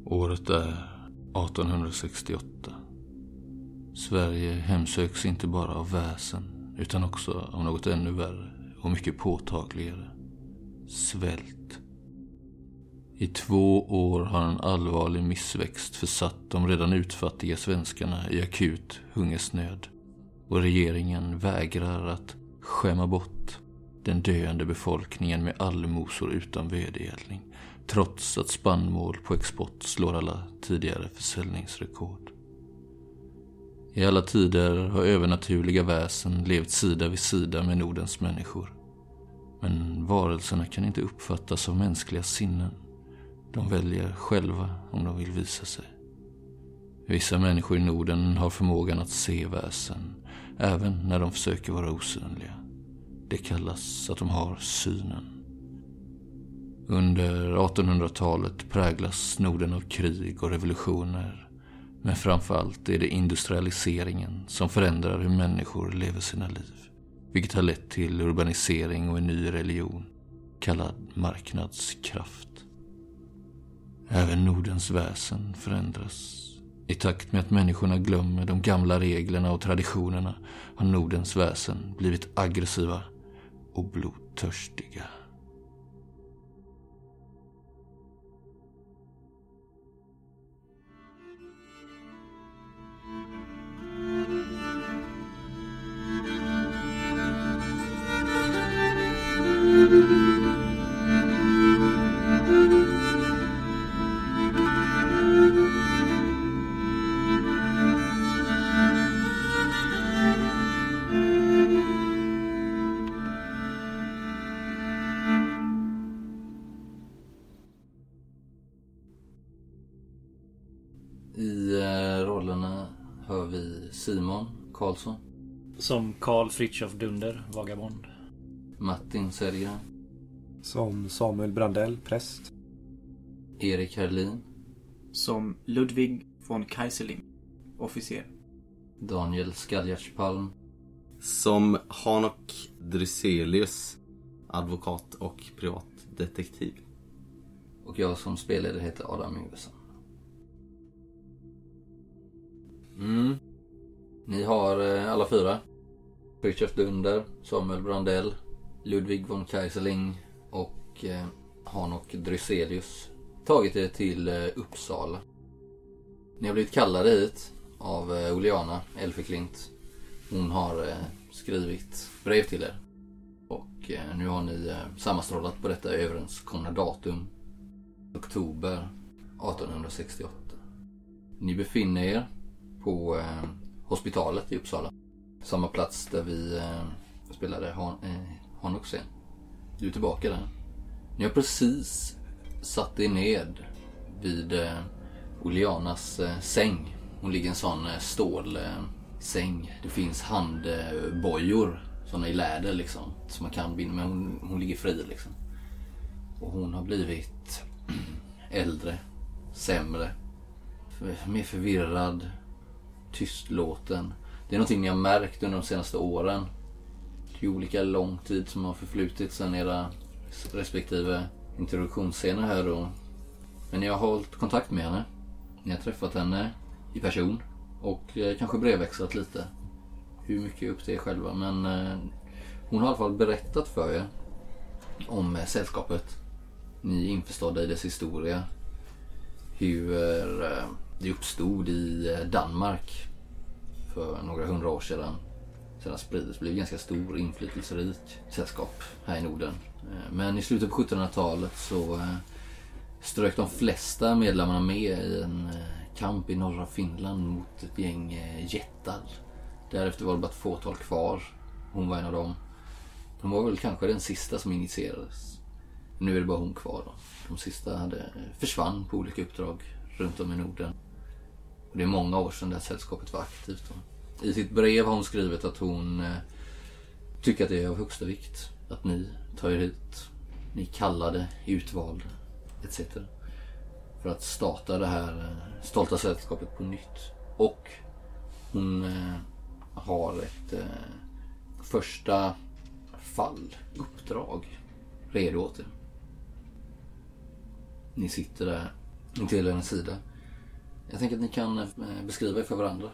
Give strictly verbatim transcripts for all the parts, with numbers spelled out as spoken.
Året är artonhundrasextioåtta. Sverige hemsöks inte bara av väsen utan också av något ännu värre och mycket påtagligare. Svält. I två år har en allvarlig missväxt försatt de redan utfattiga svenskarna i akut hungersnöd. Och regeringen vägrar att skämma bort den döende befolkningen med allmosor utan vedergällning, trots att spannmål på export slår alla tidigare försäljningsrekord. I alla tider har övernaturliga väsen levt sida vid sida med Nordens människor. Men varelserna kan inte uppfattas av mänskliga sinnen. De väljer själva om de vill visa sig. Vissa människor i Norden har förmågan att se väsen, även när de försöker vara osynliga. Det kallas att de har synen. Under artonhundratalet präglas Norden av krig och revolutioner. Men framförallt är det industrialiseringen som förändrar hur människor lever sina liv. Vilket har lett till urbanisering och en ny religion, kallad marknadskraft. Även Nordens väsen förändras. I takt med att människorna glömmer de gamla reglerna och traditionerna har Nordens väsen blivit aggressiva och blodtörstiga. I rollerna hör vi Simon Karlsson som Karl Fritiof Dunder, vagabond. Martin Sergren som Samuel Brandell, präst. Erik Herlin som Ludwig von Kaiserling, officer. Daniel Skaljartspalm som Hanok Dryselius, advokat och privatdetektiv. Och jag som spelare heter Adam Yngvesson. Mm. Ni har eh, alla fyra: Fritiof Dunder, Samuel Brandell, Ludwig von Kaiserling och eh, Hanok Dryselius tagit er till eh, Uppsala. Ni har blivit kallade hit av eh, Oliana Elfeklint. Hon har eh, skrivit brev till er. Och eh, nu har ni eh, sammanstrålat på detta överenskomna datum, oktober artonhundrasextioåtta. Ni befinner er på eh, hospitalet i Uppsala. Samma plats där vi eh, spelade Han, eh, Hanok. Du är tillbaka där. Ni har precis satt er ned vid eh, Olianas eh, säng. Hon ligger i en sån eh, stål eh, säng. Det finns handbojor, såna i läder liksom, som man kan binda, men hon, hon ligger fri liksom. Och hon har blivit äldre, sämre, mer förvirrad, tystlåten. Det är någonting ni har märkt under de senaste åren. Det är olika lång tid som har förflutit sedan era respektive introduktionsscener här då. Men ni har hållit kontakt med henne. Ni har träffat henne i person och eh, kanske brevväxlat lite. Hur mycket är upp till er själva, men eh, hon har i alla fall berättat för er om eh, sällskapet. Ni är införstådda i dess historia. Hur eh, det uppstod i eh, Danmark för några hundra år sedan. Sedan spriddes, blev ganska stor, inflytelserik sällskap här i Norden. Men i slutet på sjuttonhundratalet så strök de flesta medlemmarna med i en kamp i norra Finland mot ett gäng jättar. Därefter var det bara ett fåtal kvar. Hon var en av dem. De var väl kanske den sista som initierades. Nu är det bara hon kvar då. De sista hade försvann på olika uppdrag runt om i Norden. Och det är många år sedan det här sällskapet var aktivt då. I sitt brev har hon skrivit att hon eh, tycker att det är av högsta vikt att ni tar er hit. Ni kallade, utvald et cetera. För att starta det här eh, stolta sällskapet på nytt. Och hon eh, har ett eh, första fall, uppdrag redo åt er. Ni sitter där intill en sida. Jag tänker att ni kan eh, beskriva er för varandra.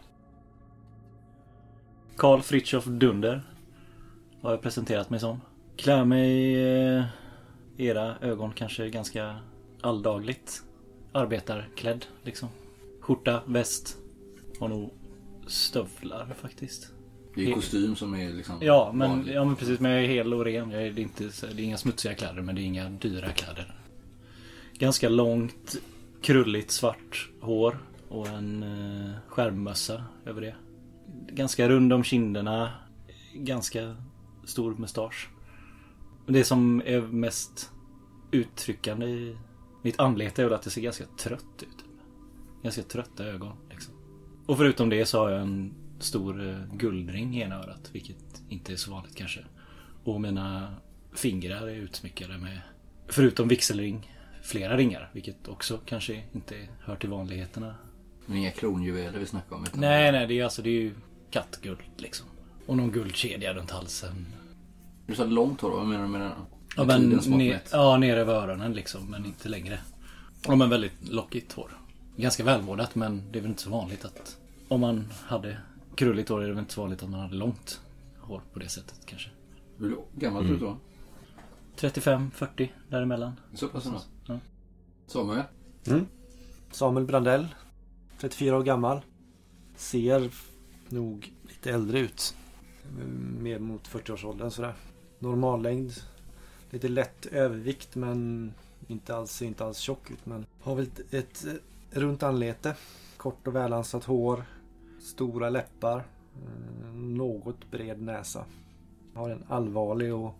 Karl Fritiof Dunder har jag presenterat mig som. Klär mig i eh, era ögon kanske ganska alldagligt. Arbetarklädd liksom. Skjorta, väst och nog stövlar faktiskt. Det är kostym som är liksom Ja, men, vanlig. ja, men precis. Men jag är hel och ren. Jag är, det, är inte, det är inga smutsiga kläder, men det är inga dyra kläder. Ganska långt, krulligt svart hår och en eh, skärmmössa över det. Ganska rund om kinderna. Ganska stor mustasch. Det som är mest uttryckande i mitt anlete är väl att det ser ganska trött ut. Ganska trötta ögon liksom. Och förutom det så har jag en stor eh, guldring i ena örat, vilket inte är så vanligt kanske. Och mina fingrar är utsmyckade med, förutom vigselring, flera ringar, vilket också kanske inte hör till vanligheterna. Men inga kronjuveler vi snackar om. Utan... Nej, nej, det är alltså det är ju kattguld liksom. Och någon guldkedja runt halsen. Du sa långt hår, vad menar du med den? Ja, men ner, ja, ner över öronen liksom, men inte längre. Ja, men väldigt lockigt hår. Ganska välvårdat, men det är väl inte så vanligt att om man hade krulligt hår är det väl inte så vanligt att man hade långt hår på det sättet kanske. Hur gammal tror du då? trettiofem fyrtio däremellan. Så pass ändå. Ja. Samuel? Mm. Samuel Brandell, trettiofyra år gammal. Ser nog lite äldre ut. Mer mot fyrtio-årsåldern sådär. Normallängd. Lite lätt övervikt, men inte alls, ser inte alls tjock ut. Men har väl ett, ett runt anlete. Kort och välansat hår. Stora läppar. Något bred näsa. Har en allvarlig och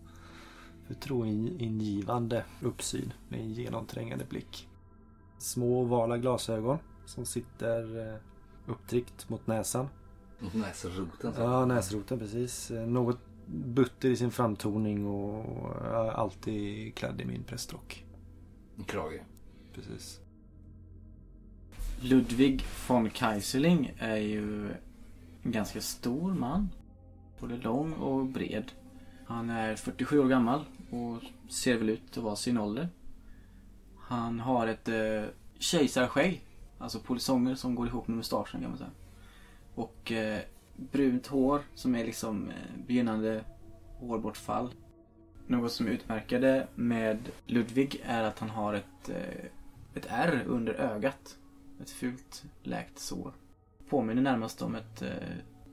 förtroendeingivande uppsyn med en genomträngande blick. Små ovala glasögon som sitter upptryckt mot näsan. Mot näsroten? Så. Ja, näsroten precis. Något butter i sin framtoning och alltid klädd i min prästrock. En krage. Precis. Ludwig von Kaiserling är ju en ganska stor man. Både lång och bred. Han är fyrtiosju år gammal och ser väl ut att vara sin ålder. Han har ett eh, kejsarskägg. Alltså polisonger som går ihop med mustaschen kan man säga. Och eh, brunt hår som är liksom eh, begynnande hårbortfall. Något som utmärker det med Ludwig är att han har ett, eh, ett ärr under ögat. Ett fult läkt sår. Påminner närmast om ett eh,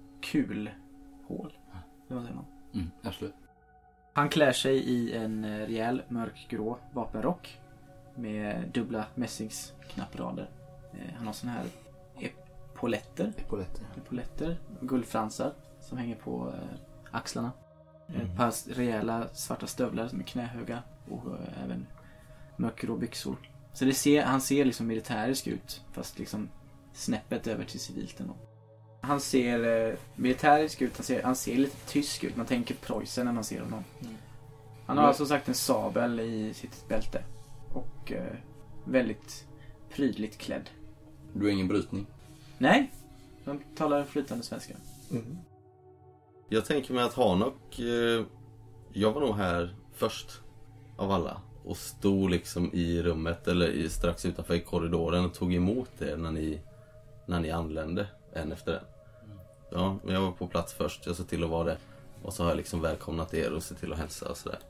kulhål. Det var det man. Mm, absolut. Han klär sig i en eh, rejäl mörkgrå vapenrock med dubbla mässingsknapprader. Eh, han har såna här epauletter. Epauletter. Epauletter, guldfransar som hänger på eh, axlarna. Mm. Ett par rejäla svarta stövlar som är knähöga och eh, även mörkgrå byxor. Så det ser, han ser liksom militärisk ut, fast liksom snäppet över till civilt ändå. Han ser eh, militärisk ut, han ser, han ser lite tysk ut. Man tänker Preussen när man ser honom. Mm. Han har mm. alltså sagt en sabel i sitt bälte. Och eh, väldigt prydligt klädd. Du har ingen brytning? Nej, de talar flytande svenska. Mm. Jag tänker mig att Hanok, eh, jag var nog här först av alla. Och stod liksom i rummet eller i, strax utanför i korridoren och tog emot er när ni, när ni anlände en efter en. Ja, men jag var på plats först, jag såg till att vara det. Och så har jag liksom välkomnat er och sett till att hälsa och sådär.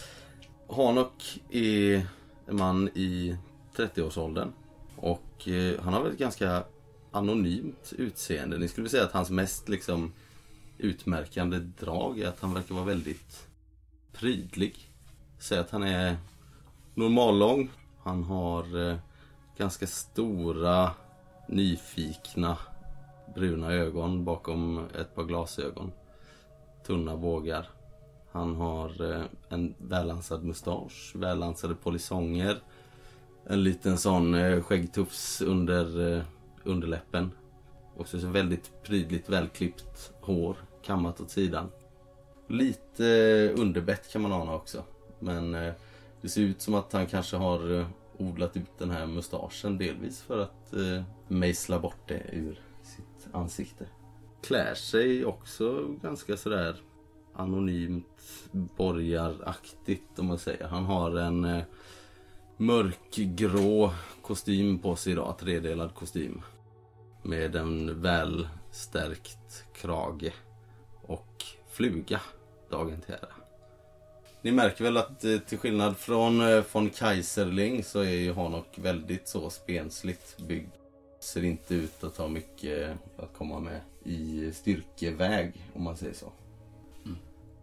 Hanok är en man i trettio-årsåldern. Och eh, han har väl ett ganska anonymt utseende. Ni skulle säga att hans mest liksom utmärkande drag är att han verkar vara väldigt prydlig. Säg att han är normallång. Han har eh, ganska stora, nyfikna, bruna ögon bakom ett par glasögon. Tunna bågar. Han har eh, en välansad mustasch, välansade polisonger. En liten sån eh, skäggtufs under eh, underläppen. Också så väldigt prydligt välklippt hår, kammat åt sidan. Lite eh, underbett kan man ana också. Men eh, det ser ut som att han kanske har eh, odlat ut den här mustaschen delvis för att eh, mejsla bort det ur sitt ansikte. Klär sig också ganska sådär anonymt, borgaraktigt om man säger. Han har en, eh, mörkgrå kostym på sig idag. Tredelad kostym. Med en välstärkt krage. Och fluga dagen till ära. Ni märker väl att eh, till skillnad från eh, von Kaiserling så är ju Hanok väldigt så spensligt byggd. Ser inte ut att ha mycket att komma med i styrkeväg, om man säger så. Mm.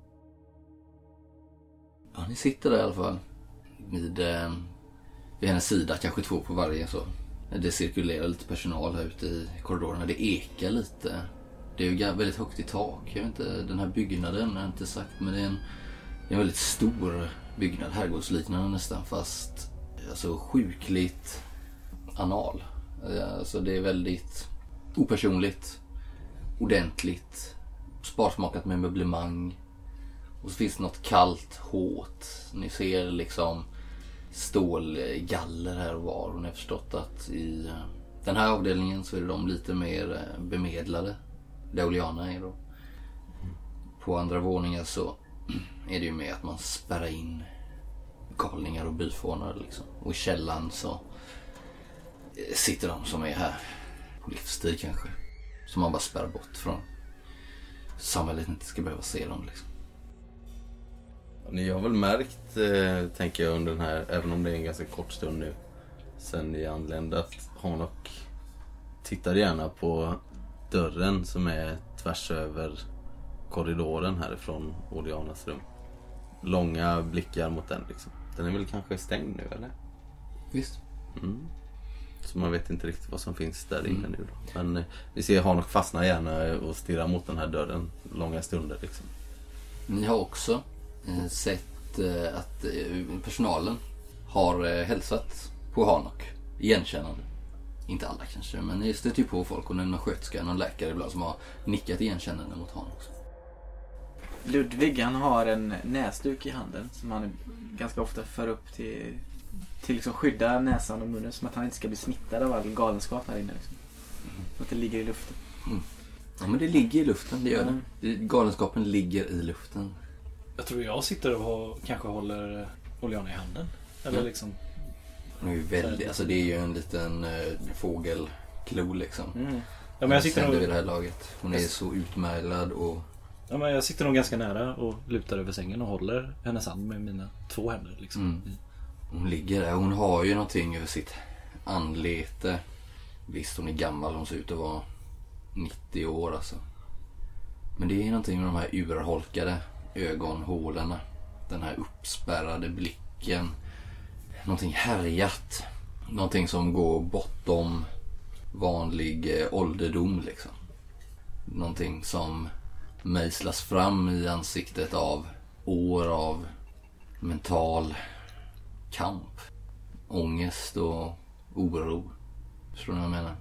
Ja, ni sitter där i alla fall. Vid, eh, vid hennes sida, kanske två på varje så. Det cirkulerar lite personal här ute i korridorerna. Det ekar lite. Det är ju väldigt högt i tak. Jag vet inte, den här byggnaden har jag inte sagt, men det är en, det är en väldigt stor byggnad. Herrgårdsliknande nästan, fast alltså sjukligt anal. Alltså det är väldigt opersonligt, ordentligt, sparsmakat med möblemang. Och så finns det något kallt, hårt. Ni ser liksom stålgaller här och var. Och ni har förstått att i den här avdelningen så är de lite mer bemedlade. Deoliana är då. På andra våningar så är det ju med att man spärrar in galningar och byfånar liksom. Och i källan så sitter de som är här på livstid kanske. Som man bara spärrar bort från samhället, inte ska behöva se dem liksom. Ni har väl märkt, eh, tänker jag, under den här, även om det är en ganska kort stund nu sen ni anlände, att Hanok tittar gärna på dörren som är tvärs över korridoren härifrån Olianas rum. Långa blickar mot den liksom. Den är väl kanske stängd nu, eller? Visst. Mm. Så man vet inte riktigt vad som finns där inne mm. nu då. Men eh, vi ser Hanok fastna gärna och stirra mot den här dörren långa stunder liksom. Ni har också eh, sett eh, att eh, personalen har eh, hälsat på Hanok. Igenkännande. Inte alla kanske, men ni stöter ju på folk och någon sköterska, någon läkare ibland som har nickat igenkännande mot Hanok också. Ludvig, han har en näsduk i handen som han ganska ofta för upp till till liksom skydda näsan och munnen, som att han inte ska bli smittad av all galenskap här inne liksom. Mm. Att det ligger i luften. Mm. Ja, men det ligger i luften, det gör mm. det. Galenskapen ligger i luften. Jag tror jag sitter och har, kanske håller Oliana i handen. Eller mm. liksom. Hon är ju väldigt, alltså det är ju en liten äh, fågelklo liksom. Mm. Ja, men jag sitter nog vid det här laget. Hon är så utmärglad och ja, men jag sitter nog ganska nära och lutar över sängen och håller hennes hand med mina två händer liksom. Mm. Hon ligger där. Hon har ju någonting över sitt anlete. Visst, hon är gammal. Hon ser ut att vara nittio år alltså. Men det är någonting med de här urholkade ögonhålorna. Den här uppspärrade blicken. Någonting härjat. Någonting som går bortom vanlig eh, ålderdom liksom. Någonting som mejslas fram i ansiktet av år av mental kamp, ångest och oro. Förstår ni vad jag menar?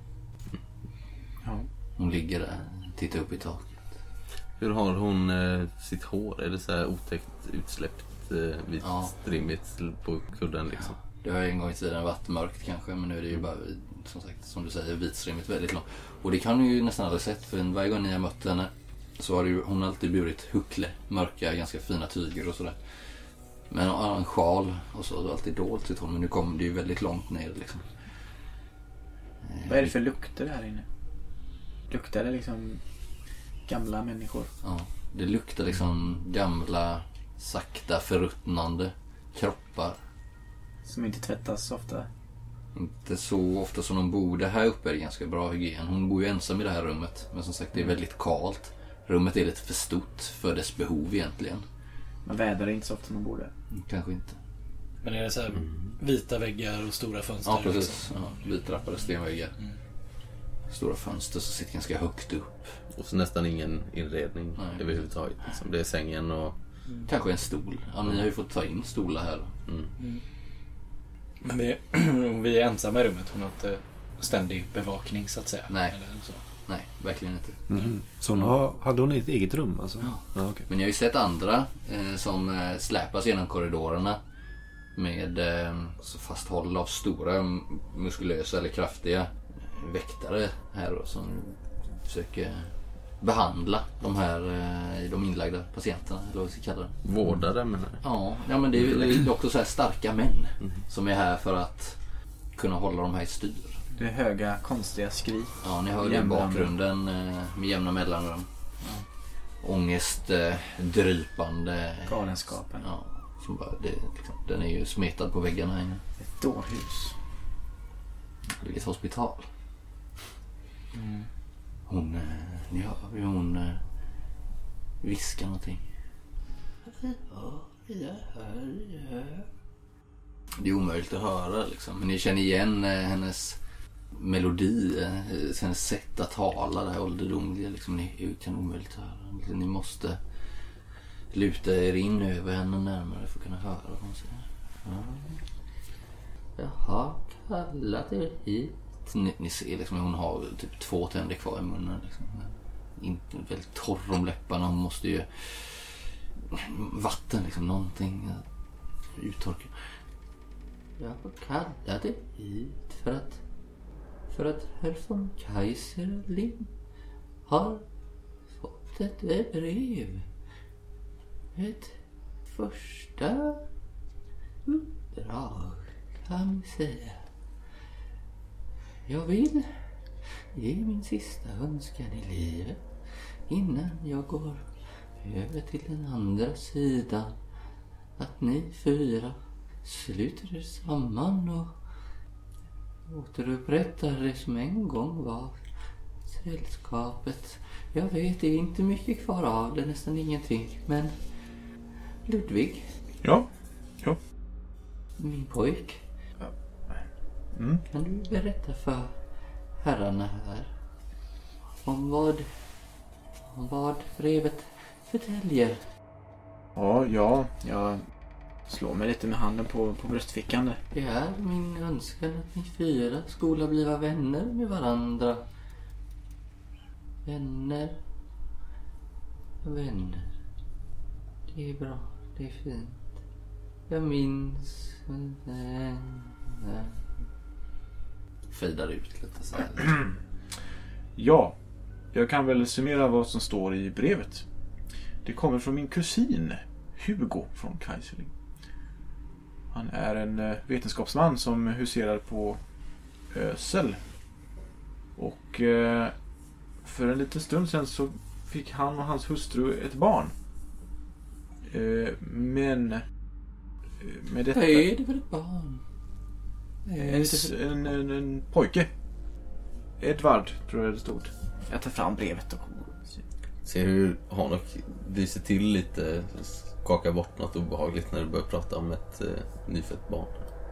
Ja. Hon ligger där, tittar upp i taket. Hur har hon eh, sitt hår? Är det så här otäckt utsläppt eh, vitt ja. strimmigt på kudden liksom? Ja. Det har en gång i tiden varit mörkt kanske, men nu är det ju bara, som sagt, som du säger, vitstrimmigt väldigt långt. Och det kan du ju nästan aldrig sett, för varje gång ni har mött henne så har ju, hon alltid burit huckle, mörka, ganska fina tyger och sådär. Men ja, en sjal och så har det alltid dolt sitt hår, men nu kommer det ju väldigt långt ner liksom. Vad är det för lukter här inne? Luktar det liksom gamla människor? Ja, det luktar liksom gamla, sakta förruttnande kroppar. Som inte tvättas ofta? Inte så ofta som de borde. Här uppe är det ganska bra hygien. Hon bor ju ensam i det här rummet. Men som sagt, det är väldigt kallt. Rummet är lite för stort för dess behov egentligen. Man vädrar inte så ofta som man borde. Mm, kanske inte. Men är det så här vita väggar och stora fönster? Ja, precis. Ja, vitrappade stenväggar. Mm. Stora fönster som sitter ganska högt upp. Och så nästan ingen inredning Nej. överhuvudtaget. Liksom. Det är sängen och... Mm. Kanske en stol. Ja, ni har ju fått ta in stolar här. Mm. Mm. Men vi, vi är ensamma i rummet. Hon har inte ständig bevakning så att säga. Nej, eller så. Nej, verkligen inte. Mm. Så hon har, hade hon ett eget rum alltså? Ja. Ja, okay. Men jag har ju sett andra eh, som eh, släpas genom korridorerna med eh, så fasthåll av stora, muskulösa eller kraftiga väktare här då, som försöker behandla de här eh, de inlagda patienterna, eller vad vi ska kalla det. Vårdare menar jag. Ja, ja men det är, det är också så här starka män mm. som är här för att kunna hålla de här i styr. Det är höga, konstiga skrik. Ja, ni hör ju i bakgrunden eh, med jämna mellanrum. Ja. Ångest, eh, drypande. Galenskapen. Ja, som bara, det, liksom, den är ju smetad på väggarna här inne. Ett dårhus. Det är ett hospital. Mm. Hon, eh, ni hör hur hon eh, viskar någonting. Det är omöjligt att höra liksom. Men ni känner igen eh, hennes melodi, eh, hennes sätt att tala, det här ålderdomliga liksom. Ni kan omöjligt höra. Ni måste luta er in över henne närmare för att kunna höra vad hon säger. Ja. Jag har kallat er hit. Ni, ni ser liksom hon har typ två tänder kvar i munnen liksom. Inte väldigt torr om läpparna. Hon måste ju vatten liksom, någonting uttorka. Jag har kallat er hit för att för att herr von Kaiserling har fått ett brev. Ett första uppdrag kan vi säga. Jag vill ge min sista önskan i livet innan jag går över till den andra sidan. Att ni fyra sluter er samman och återupprättar det som en gång var sällskapet. Jag vet, det är inte mycket kvar av det, nästan ingenting. Men Ludvig. Ja, ja. Min pojk. Mm. Kan du berätta för herrarna här om vad om vad brevet förtäljer? Ja, ja, jag slår mig lite med handen på, på bröstfickan där. Det är min önskan att ni fyra skola bliva vänner med varandra. Vänner. Vänner. Det är bra, det är fint. Jag minns... Fejdar ut lite så här. Ja, jag kan väl summera vad som står i brevet. Det kommer från min kusin Hugo från Kaiserling. Han är en vetenskapsman som huserar på Ösel. Och för en liten stund sedan så fick han och hans hustru ett barn. Men med detta... Vad är det för ett barn? En, en, en, en pojke. Edvard, tror jag det stod. Jag tar fram brevet och ser hur Hanok dyser till lite, skakar bort något obehagligt när du börjar prata om ett eh, nyfött barn.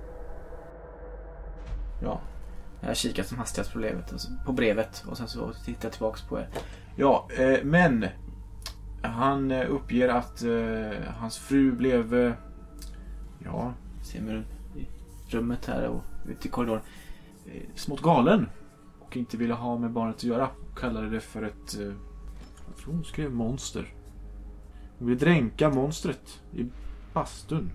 Ja, jag har kikat som hastigast på brevet, på brevet och sen så tittar jag tillbaks på er. Ja, eh, men han uppger att eh, hans fru blev eh, ja, ser man i rummet här och ute i korridoren, eh, smått galen och inte ville ha med barnet att göra. Kallade det för ett eh, jag tror hon skrev monster. Hon ville dränka monstret i bastun.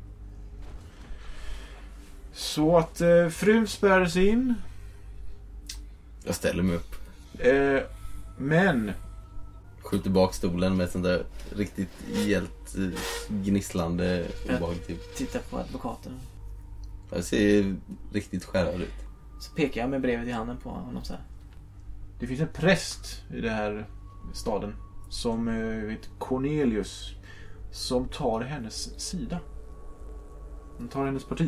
Så att eh, frun spärrades in. Jag ställer mig upp. Eh, men skjuter bak stolen med ett sånt där riktigt hjält gnisslande obehag typ. Titta på advokaten. Jag ser riktigt skärrad ut. Så pekar jag med brevet i handen på honom så här. Det finns en präst i den här staden som heter Cornelius som tar hennes sida. Han tar hennes parti.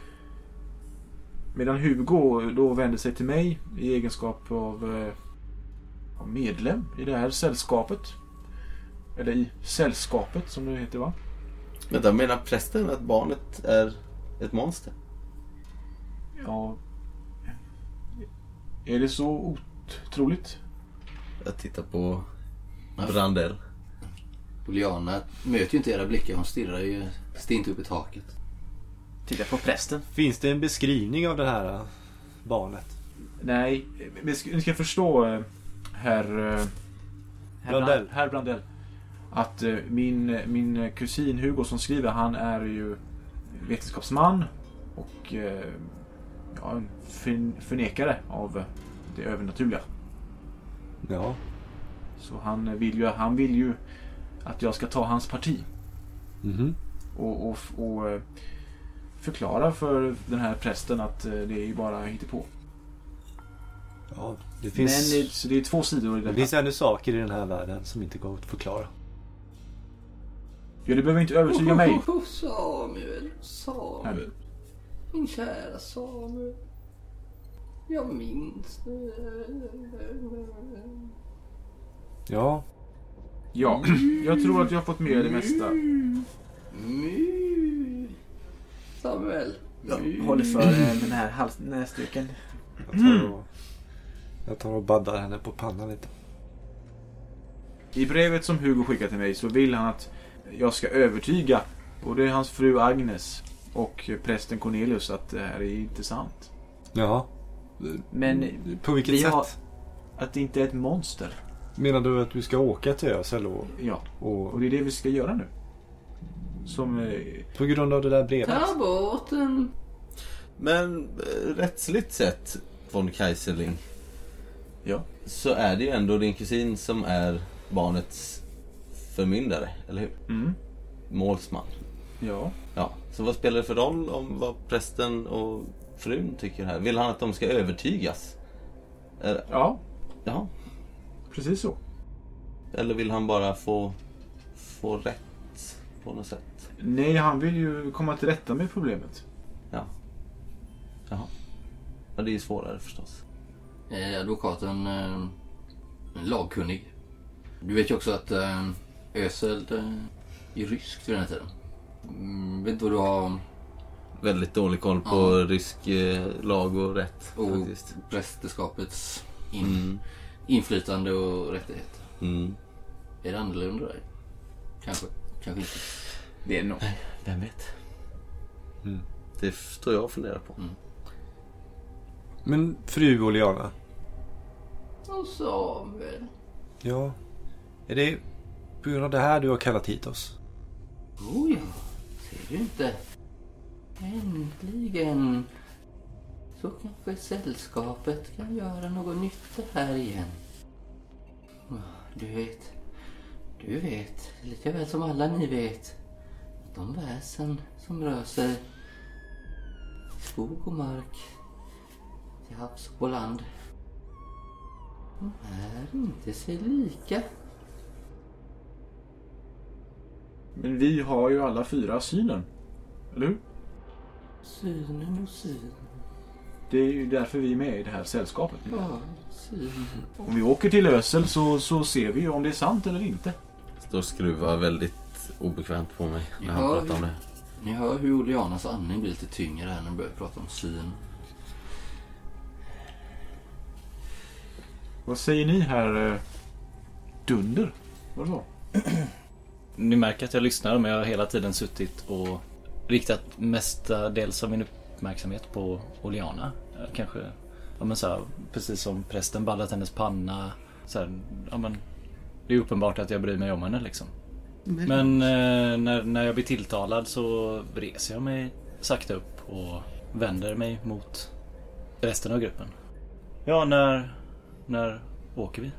Medan Hugo då vänder sig till mig i egenskap av, av medlem i det här sällskapet. Eller i sällskapet som det heter, va? Men då menar prästen att barnet är ett monster? Ja. Är det så otroligt? Jag tittar på Brandell. Juliana möter ju inte era blickar, hon stirrar ju stint upp i taket. Titta på prästen. Finns det en beskrivning av det här barnet? Nej, ni ska förstå herr Brandell. Herr Brandell. Att min, min kusin Hugo som skriver, han är ju vetenskapsman och ja, en förnekare av det övernaturliga. Ja. Så han vill ju, han vill ju att jag ska ta hans parti. Mhm. Och, och, och eh, förklara för den här prästen att eh, det är ju bara hittepå. Ja, det finns, Men det, så det är två sidor i det det. finns ännu saker i den här världen som inte går att förklara. Ja, du behöver inte övertyga mig. Oh, Samuel, Samuel. Nej. Min kära Samuel. Jag minns det. Ja, Ja, jag tror att jag har fått med det mesta. My. Samuel. My. Håller för eh, den här hals- näsduken. jag tar och, jag tar och baddar henne på pannan lite. I brevet som Hugo skickar till mig så vill han att jag ska övertyga både hans fru Agnes och prästen Cornelius att det här är inte sant. Ja. Men På vilket vi sätt? har- Att det inte är ett monster. Menar du att du ska åka till Ösel och, Ja, och och det är det vi ska göra nu. Som... Eh, på grund av det där brevet? Ta båten. Men eh, rättsligt sett, von Kaiserling, ja. så är det ju ändå din kusin som är barnets förmyndare, eller hur? Mm. Målsman. Ja. Ja, så vad spelar det för roll om vad prästen och frun tycker här? Vill han att de ska övertygas? Eh, Ja, Ja, precis så. eller vill han bara få, få rätt på något sätt? Nej, han vill ju komma till rätta med problemet. Ja. Jaha. Ja, det är ju svårare förstås. Eh, advokaten eh, lagkunnig. Du vet ju också att eh, Ösel eh, är ryskt vid den här tiden. Mm, vet du vad du har Väldigt dålig koll på Ja. rysk eh, lag och rätt och faktiskt. prästerskapets in, Mm. inflytande och rättigheter? Mm. Är det annorlunda där? Kanske, kanske inte. Det är nog. Vem vet? Mm. Det står jag och funderar på. Mm. Men fru Oliana? Och Samuel. Ja. Är det på grund av det här du har kallat hit oss? Oh ja, ser du inte? Äntligen. Så kanske sällskapet kan göra något nytta här igen. Du vet, du vet, lika väl som alla ni vet, att de väsen som rör sig i skog och mark, till havs och på land, de är inte sig lika. Men vi har ju alla fyra synen. Eller hur? Synen och synen. Det är ju därför vi är med i det här sällskapet. Ja, synen. Om vi åker till Ösel så, så ser vi ju om det är sant eller inte. Står och skruvar väldigt obekvämt på mig när han Ja, pratar om det. Ni hör hur Olianas andning blir lite tyngre här när de börjar prata om syn. Vad säger ni här? eh, Dunder? Vad så? Ni märker att jag lyssnar, men jag har hela tiden suttit och riktat mestadels av min uppmärksamhet på Oliana. Kanske, ja men så här, precis som prästen ballat hennes panna. Så här, ja men, det är uppenbart att jag bryr mig om henne liksom. Men eh, när, när jag blir tilltalad så reser jag mig sakta upp och vänder mig mot resten av gruppen. Ja, när, när åker vi?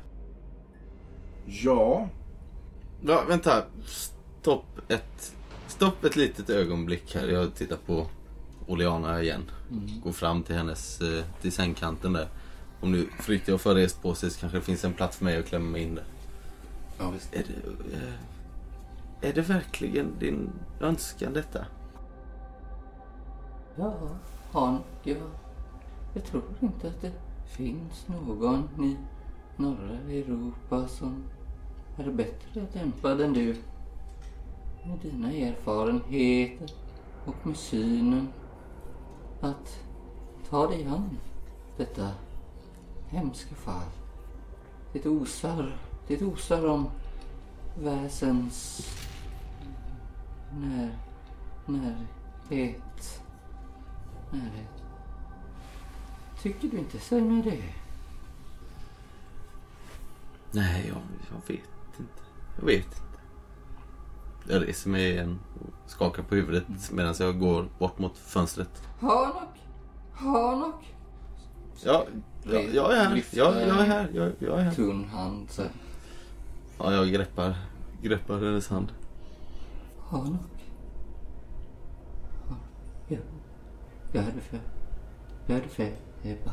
Ja. Ja, vänta. Stopp ett, stopp ett litet ögonblick här. Jag tittar på Oliana igen. Mm. Går fram till hennes eh, till sängkanten där. Om nu Fritjof har rest på sig så kanske det finns en plats för mig att klämma mig in där. Ja, visst. Är det, eh, är det verkligen din önskan detta? Ja, Han, jag, jag tror inte att det finns någon i norra Europa som är bättre lämpad än du. Med dina erfarenheter och med synen att ta dig an detta hemska fall. Det osar, det osar om väsens när, närhet, närhet. Tycker du inte så med det? Nej, jag, jag vet inte. Jag vet inte. Jag reser mig igen och skakar på huvudet medan jag går bort mot fönstret. Hanok, Hanok. Ja, jag, jag är här. Jag, jag är här. Jag, jag är här. Tunn hand så. Ja, jag greppar, greppar hennes hand. Hanok. Ja. Jag hörde för. Jag hörde för. Ebba.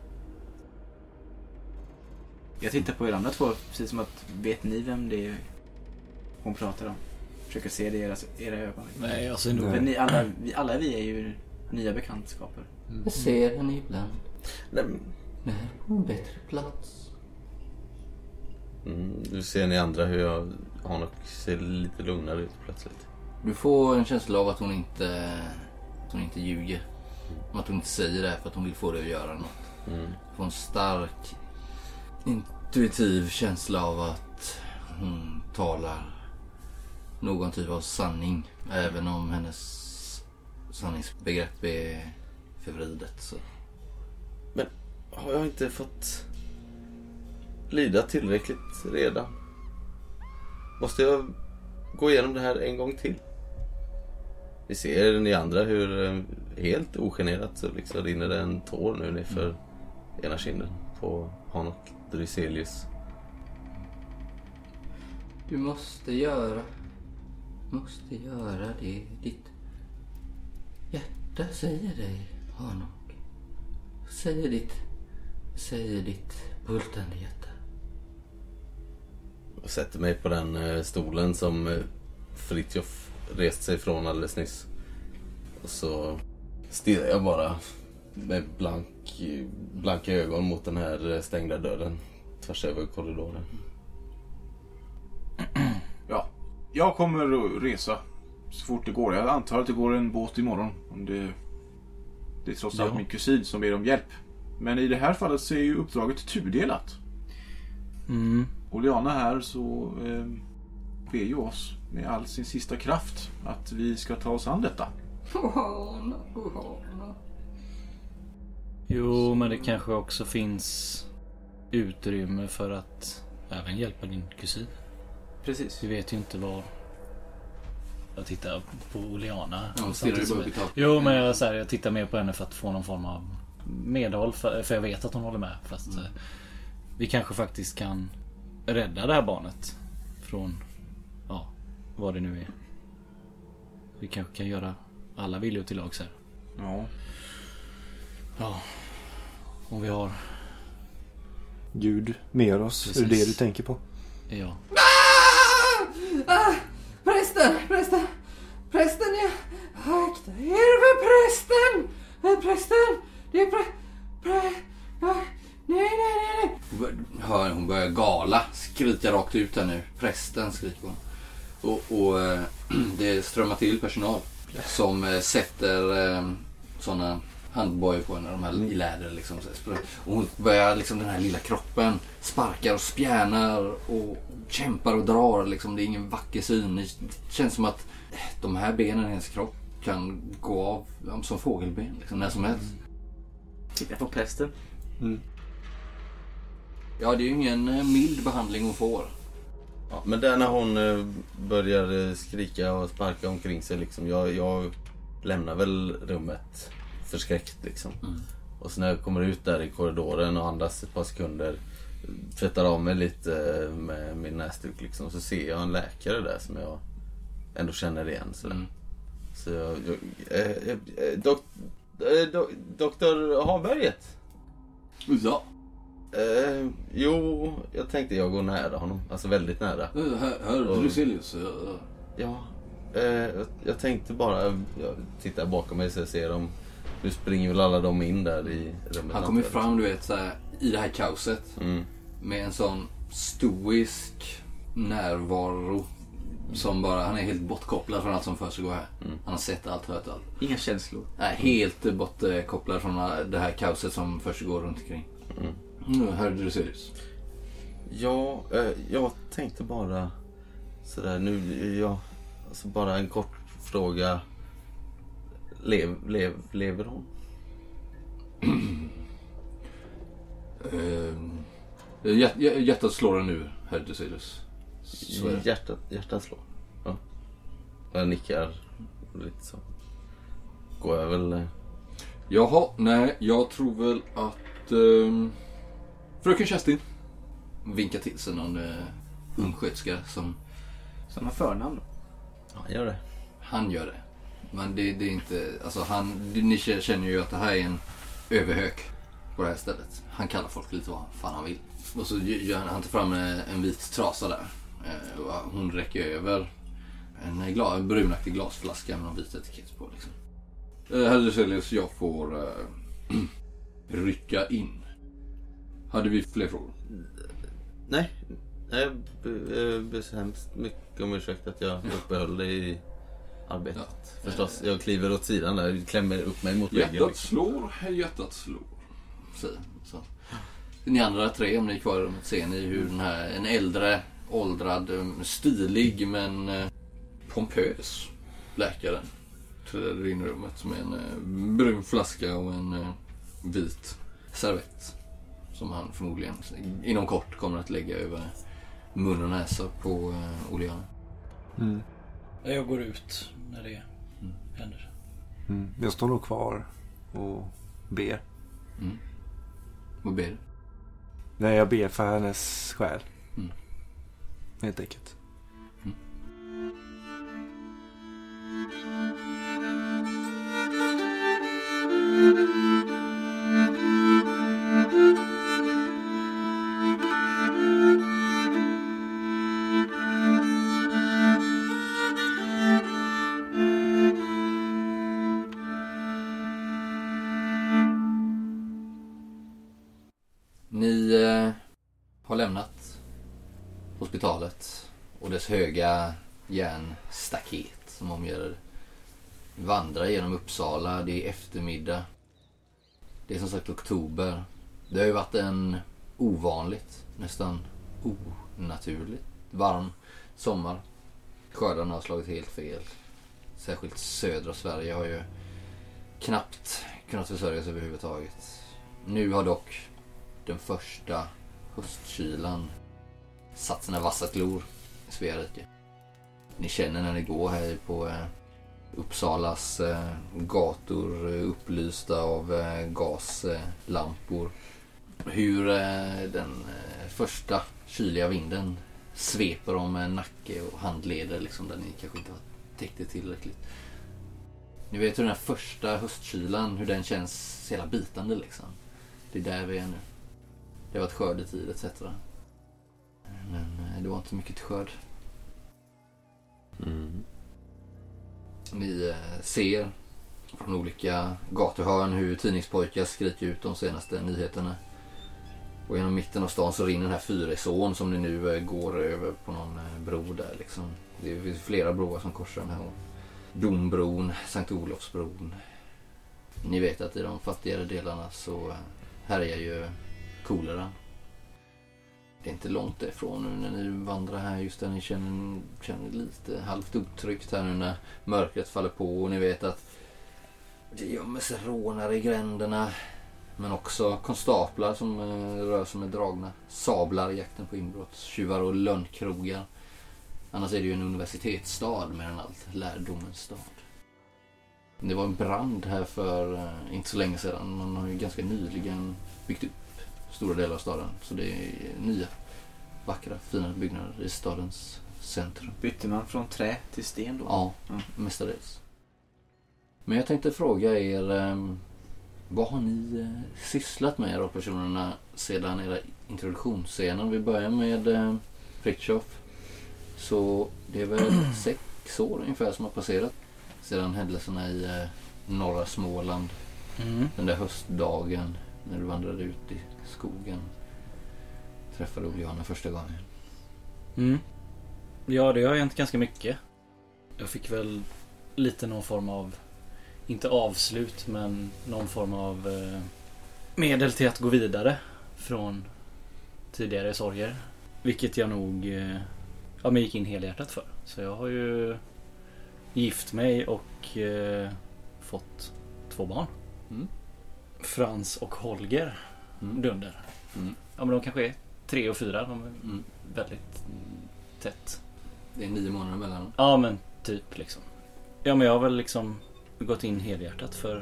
Jag tittar på er andra två, precis som att vet ni vem det är hon pratar om? Försöker se det i era, era ögon. Nej, alltså nog. För ni, alla, vi, alla vi är ju nya bekantskaper. Jag ser henne ibland. Nej, men... När på en bättre plats. Mm, du ser ni andra hur jag har nog ser lite lugnare ut plötsligt. Du får en känsla av att hon inte, att hon inte ljuger. Om att hon inte säger det för att hon vill få dig att göra något. Mm. Du får en stark intuitiv känsla av att hon talar någon typ av sanning. Även om hennes sanningsbegrepp är förvridet. Så. Men har jag inte fått lida tillräckligt redan? Måste jag gå igenom det här en gång till? Vi ser ni andra hur helt ogenerat så liksom rinner det en tår nu nerför ena kinden på Hanok Dryselius. Du måste göra Måste göra det ditt hjärta säger dig, Hanok. Säger ditt Säger ditt bultande hjärta. Jag sätter mig på den stolen som Fritjof rest sig från alldeles nyss. Och så stirrar jag bara med blank, blanka ögon mot den här stängda dörren tvärs över korridoren. Ja, jag kommer att resa så fort det går. Jag antar att det går en båt imorgon. Om det, det är trots allt Ja. min kusin som ber om hjälp. Men i det här fallet så är ju uppdraget tudelat. Mm. Och Liana här så eh, ber ju oss med all sin sista kraft att vi ska ta oss an detta. Jo, men det kanske också finns utrymme för att även hjälpa din kusin. Precis. Vi vet ju inte vad... Jag tittar på Oleana. Ja, stirrar du bara upp i taket. Jo, men jag, så här, jag tittar mer på henne för att få någon form av medhåll. För, för jag vet att hon håller med. Fast mm. vi kanske faktiskt kan rädda det här barnet från, ja, vad det nu är. Vi kanske kan göra alla viljor till lags här. Ja. Ja, om vi har... Gud med oss, Precis. är det det du tänker på? Ja. Ah! Ah! Prästen! Prästen! Prästen! Jag... Akta er för prästen! Eh, Prästen! Det är prä... prä... Ja. Nej, nej, nej, nej! Hör, hon börjar gala. Skrika rakt ut här nu. Prästen skriker hon. Och, och eh, det strömmar till personal. Som eh, sätter eh, såna handbojor på henne. De här i läder liksom. Och hon börjar liksom den här lilla kroppen. Sparkar och spjärnar och kämpar och drar liksom. Det är ingen vacker syn. Det känns som att de här benen i hennes kropp kan gå av som fågelben liksom, när som helst. Titta på prästen. Mm. Ja, det är ju ingen mild behandling hon får. Ja, men där när hon eh, börjar skrika och sparka omkring sig liksom, jag, jag lämnar väl rummet förskräckt liksom. Mm. Och så när jag kommer ut där i korridoren och andas ett par sekunder, tvättar av mig lite med min näsduk liksom, så ser jag en läkare där som jag ändå känner igen så, mm. så jag, jag eh, eh, dok, eh, do, doktor Haberget. Ja. Eh, jo, jag tänkte jag går nära honom, alltså väldigt nära. Hör, hör Dryselius. Ja, eh, jag, jag tänkte bara, jag tittar bakom mig så jag ser dem. Nu springer väl alla de in där i rummet. Han kommer fram, du vet, så här, i det här kaoset. Mm. Med en sån stoisk närvaro. Som bara, han är helt bortkopplad från allt som försiggår här. Mm. Han har sett allt, hört allt. Inga känslor. Nej, helt bortkopplad från det här kaoset som försiggår runt omkring. Mm. Nu hör du Dryselius. Ja, eh, jag tänkte bara sådär nu, ja, alltså bara en kort fråga. Lev, lev, lever hon? uh, hjärt, hjärtat slår nu, herr Dryselius. Hjärtat, hjärtat slår. Ja. Jag nickar lite så. Går jag väl... Jaha, nej, jag tror väl att um, fröken Kerstin vinkar till sig någon uh, ungsköterska som... Som har förnamn då. Ja, gör det. Han gör det. Men det, det är inte... Alltså han... Ni känner ju att det här är en överhök på det här stället. Han kallar folk lite vad fan han vill. Och så gör han, han tar fram en vit trasa där. Och hon räcker över en glas, brunaktig glasflaska med någon vit etikett på liksom. Hellre jag får äh, rycka in. Hade vi fler frågor? Nej, jag ber så hemskt mycket om ursäkt att jag uppehöll dig i arbetet. Ja. Förstås, jag kliver åt sidan där, klämmer upp mig mot väggen. Hjärtat slår, hjärtat slår. Så, så. Ni andra tre, om ni är kvar i rummet, ser ni hur den här, en äldre, åldrad, stilig men pompös läkare träder in i rummet med en brun flaska och en vit servett som han förmodligen inom kort kommer att lägga över mun och näsa på Oliana. Mm. Jag går ut när det mm. händer. Mm. Jag står nog kvar och ber. Mm. Vad ber du? Nej, jag ber för hennes själ. Mm. Helt enkelt. Mm. Ni eh, har lämnat hospitalet och dess höga järnstaket som omger er. Vandrar genom Uppsala, det är eftermiddag. Det är som sagt oktober. Det har ju varit en ovanligt, nästan onaturligt varm sommar. Skördarna har slagit helt fel. Särskilt södra Sverige har ju knappt kunnat försörjas överhuvudtaget. Nu har dock den första höstkylan satt sina vassa klor i Svea rike. Ni känner när ni går här på eh, Uppsalas eh, gator eh, upplysta av eh, gaslampor. Eh, hur eh, den eh, första kyliga vinden sveper om eh, nacke och handleder liksom, där ni kanske inte har täckt det tillräckligt. Ni vet hur den här första höstkylan, hur den känns hela bitande liksom. Det är där vi är nu. Det har varit skördetid et cetera. Men det var inte mycket till skörd. Mm. Ni ser från olika gatuhörn hur tidningspojkar skriker ut de senaste nyheterna. Och genom mitten av stan så rinner den här Fyrisån som ni nu går över på någon bro där liksom. Det finns flera broar som korsar den här. Dombron, Sankt Olofsbron. Ni vet att i de fattigare delarna så härjar ju kolera. Det är inte långt ifrån nu när ni vandrar här, just där ni känner, känner lite halvt otryggt här nu när mörkret faller på och ni vet att det gömmer sig rånare i gränderna, men också konstaplar som rör sig med dragna sablar i jakten på inbrottstjuvar och lönnkrogar. Annars är det ju en universitetsstad mer än allt, lärdomens stad. Det var en brand här för inte så länge sedan. Man har ju ganska nyligen byggt upp stora delar av staden. Så det är nya, vackra, fina byggnader i stadens centrum. Bytte man från trä till sten då? Ja, mm. mestadels. Men jag tänkte fråga er, vad har ni sysslat med era personerna sedan era introduktionsscener? Vi börjar med Fritjof. Så det är väl sex år ungefär som har passerat sedan händelserna i norra Småland. Mm. Den där höstdagen när du vandrade ut i skogen. Träffade Oliana första gången. Mm. Ja, det har hänt ganska mycket. Jag fick väl lite någon form av, inte avslut, men någon form av eh, medel till att gå vidare från tidigare sorger. Vilket jag nog eh, ja, men gick in helhjärtat för. Så jag har ju gift mig och eh, fått två barn. Mm. Frans och Holger Mm. Dunder. Mm. Ja, men de kanske är tre och fyra. De är Mm. väldigt tätt. Det är nio månader mellan. Ja, men typ liksom. Ja, men jag har väl liksom gått in helhjärtat för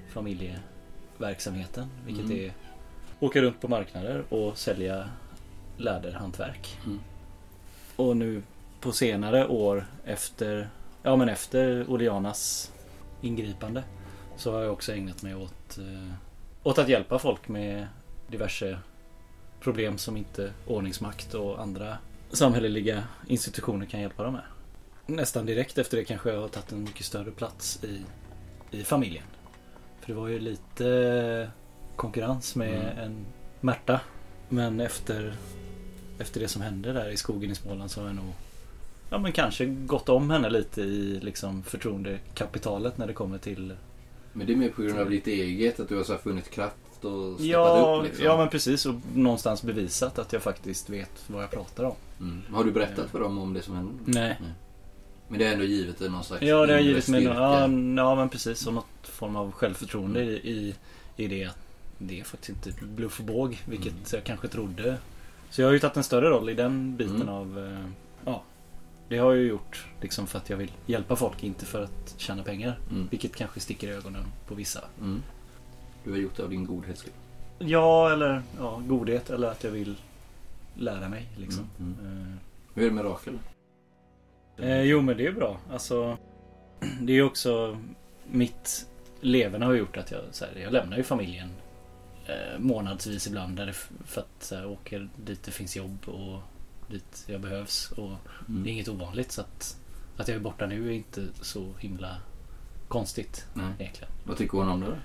familjeverksamheten. Vilket Mm. är åka runt på marknader och sälja läderhantverk. Mm. Och nu på senare år efter, ja men efter Oleanas ingripande så har jag också ägnat mig åt, eh, åt att hjälpa folk med diverse problem som inte ordningsmakt och andra samhälleliga institutioner kan hjälpa dem med. Nästan direkt efter det kanske jag har tagit en mycket större plats i, i familjen. För det var ju lite konkurrens med mm. en Märta. Men efter, efter det som hände där i skogen i Småland så har jag nog ja, men kanske gått om henne lite i liksom förtroendekapitalet när det kommer till... Men det är mer på grund av ditt eget, att du har så här funnit kraft och steppat ja, upp liksom. Ja, men precis. Och någonstans bevisat att jag faktiskt vet vad jag pratar om. Mm. Har du berättat för dem om det som hände? Nej. Nej. Men det är ändå givet någon slags... Ja, det har givit mig någon, ja, ja, men precis. Och något form av självförtroende mm. i, i det att det är faktiskt inte bluff och båg, vilket mm. jag kanske trodde. Så jag har ju tagit en större roll i den biten mm. av... Ja, det har jag ju gjort liksom för att jag vill hjälpa folk, inte för att tjäna pengar. Mm. Vilket kanske sticker i ögonen på vissa. Mm. Du har gjort det av din godhetskull. Ja, eller ja, godhet, eller att jag vill lära mig liksom. Mm. Mm. Hur är det med Rakel? Eh, jo, men det är bra. Alltså, det är ju också mitt leverne har gjort att jag, så här, jag lämnar ju familjen eh, månadsvis ibland där det, för att så här, åker dit det finns jobb och dit jag behövs. Och mm. det är inget ovanligt, så att, att jag är borta nu är inte så himla konstigt. Nej. Egentligen. Vad tycker hon om det då?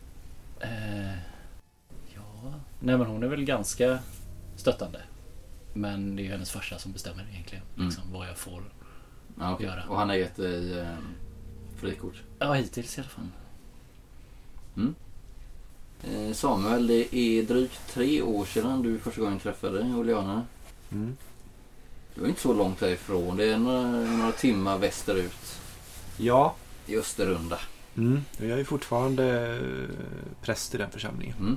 Eh, ja, nej men hon är väl ganska stöttande. Men det är ju hennes farsa som bestämmer egentligen mm. liksom, vad jag får ja, okay. göra. Och han har gett dig eh, frikort? Ja, hittills i alla fall. Mm. Eh, Samuel, det är drygt tre år sedan du första gången träffade Oleana. Mm. Det var inte så långt därifrån. Det är några, några timmar västerut. Ja. I Österrunda. Mm. Jag är ju fortfarande präst i den församlingen. Mm.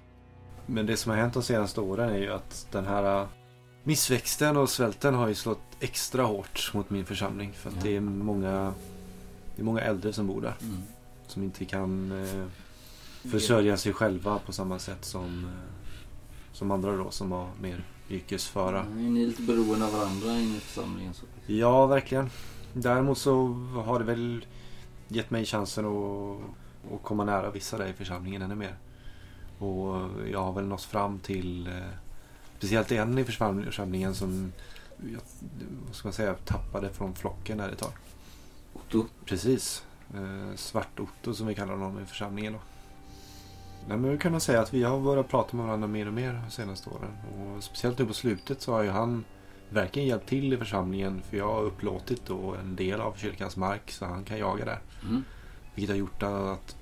Men det som har hänt de senaste åren är ju att den här missväxten och svälten har ju slått extra hårt mot min församling. För att ja. det är många det är många äldre som bor där. Mm. Som inte kan eh, försörja sig själva på samma sätt som, eh, som andra då som har mer yrkesföra. Mm, ni är lite beroende av varandra i församlingen. Så. Ja, verkligen. Däremot så har det väl gett mig chansen att, att komma nära vissa där i församlingen ännu mer. Och jag har väl nått fram till eh, speciellt en i församlingen som jag, vad ska man säga, tappade från flocken där ett tag. Otto? Precis. Eh, Svart Otto som vi kallar honom i församlingen då. Nej, men vi kan säga att vi har börjat prata med varandra mer och mer de senaste åren. Och speciellt nu på slutet så har ju han verkligen hjälpt till i församlingen, för jag har upplåtit då en del av kyrkans mark så han kan jaga där. Mm. Vilket har gjort att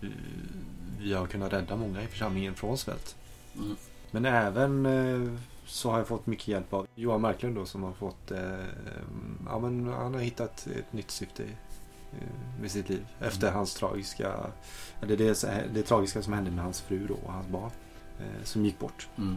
vi har kunnat rädda många i församlingen från svält. Mm. Men även så har jag fått mycket hjälp av Johan Marklund då, som har fått eh, ja, men han har hittat ett nytt syfte eh, med sitt liv efter mm. hans tragiska eller det, det tragiska som hände med hans fru då och hans barn eh, som gick bort. Mm.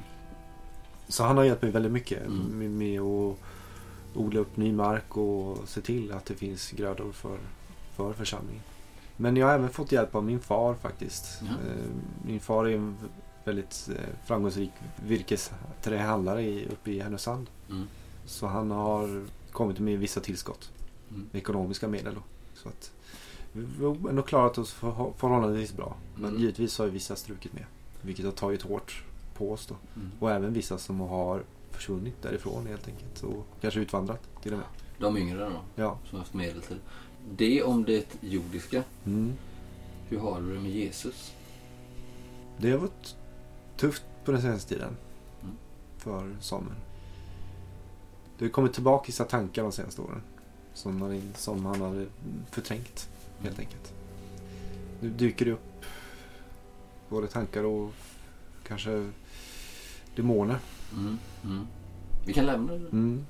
Så han har hjälpt mig väldigt mycket mm. med, med att odla upp ny mark och se till att det finns grödor för, för församlingen. Men jag har även fått hjälp av min far faktiskt. Ja. Min far är en väldigt framgångsrik virkesträhandlare uppe i Härnösand. Mm. Så han har kommit med vissa tillskott. Mm. Ekonomiska medel då. Så att vi har ändå klarat oss för, förhållandevis bra. Men mm. givetvis har vissa strukit med. Vilket har tagit hårt på oss då. Mm. Och även vissa som har försvunnit därifrån helt enkelt. Och kanske utvandrat till och med. De yngre då? Ja. Som har haft medel till. Det om det jordiska. Mm. Hur har du det med Jesus? Det har varit tufft på den senaste tiden. Mm. För Samuel. Det har kommit tillbaka vissa tankar de senaste åren. Som han, som han hade förträngt. Helt enkelt. Nu dyker det upp både tankar och kanske demoner. Mm. Mm. Vi kan lämna det. Mm.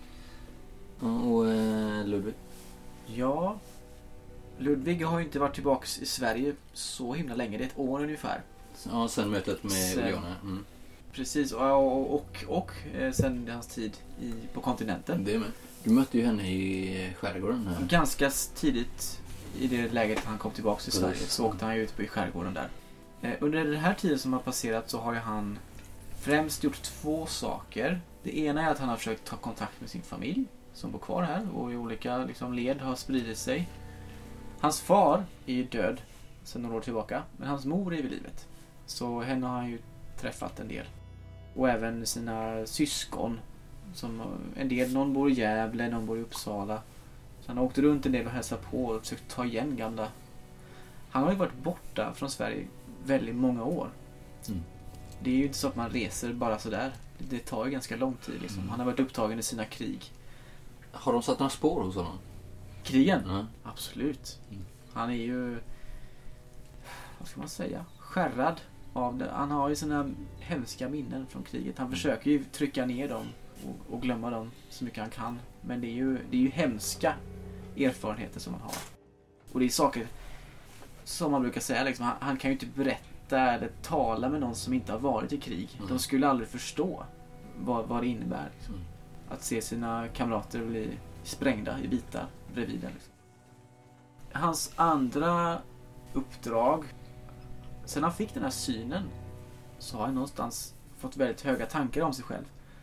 Mm. Och eh, Ludvig? Ja, Ludvig har ju inte varit tillbaka i Sverige så himla länge. Det är ett år ungefär. Ja, sen mötet med Oleana. Mm. Precis, och, och, och, och sen hans tid i, på kontinenten. Det med. Du mötte ju henne i skärgården här. Ganska tidigt i det läget han kom tillbaka till Sverige så åkte han ju ut på i skärgården där. Under den här tiden som har passerat så har ju han främst gjort två saker. Det ena är att han har försökt ta kontakt med sin familj. som bor kvar här och i olika liksom, led har spridit sig. Hans far är ju död sedan några år tillbaka, men hans mor är vid livet. Så henne har han ju träffat en del. Och även sina syskon. Som en del, någon bor i Gävle, någon bor i Uppsala. Så han har åkt runt en del och hälsat på och försökt ta igen gamla. Han har ju varit borta från Sverige väldigt många år. Mm. Det är ju inte så att man reser bara sådär. Det tar ju ganska lång tid liksom. Mm. Han har varit upptagen i sina krig. Har de satt några spår hos honom? Krigen? Mm. Absolut. Mm. Han är ju, vad ska man säga, skärrad av det. Han har ju sina hemska minnen från kriget. Han försöker ju trycka ner dem och, och glömma dem så mycket han kan. Men det är ju, det är ju hemska erfarenheter som han har. Och det är saker som man brukar säga liksom, han, han kan ju inte berätta eller tala med någon som inte har varit i krig. Mm. De skulle aldrig förstå vad, vad det innebär liksom. Mm. Att se sina kamrater bli sprängda i bitar bredvid den liksom. Hans andra uppdrag, sen han fick den här synen, så har han någonstans fått väldigt höga tankar om sig själv.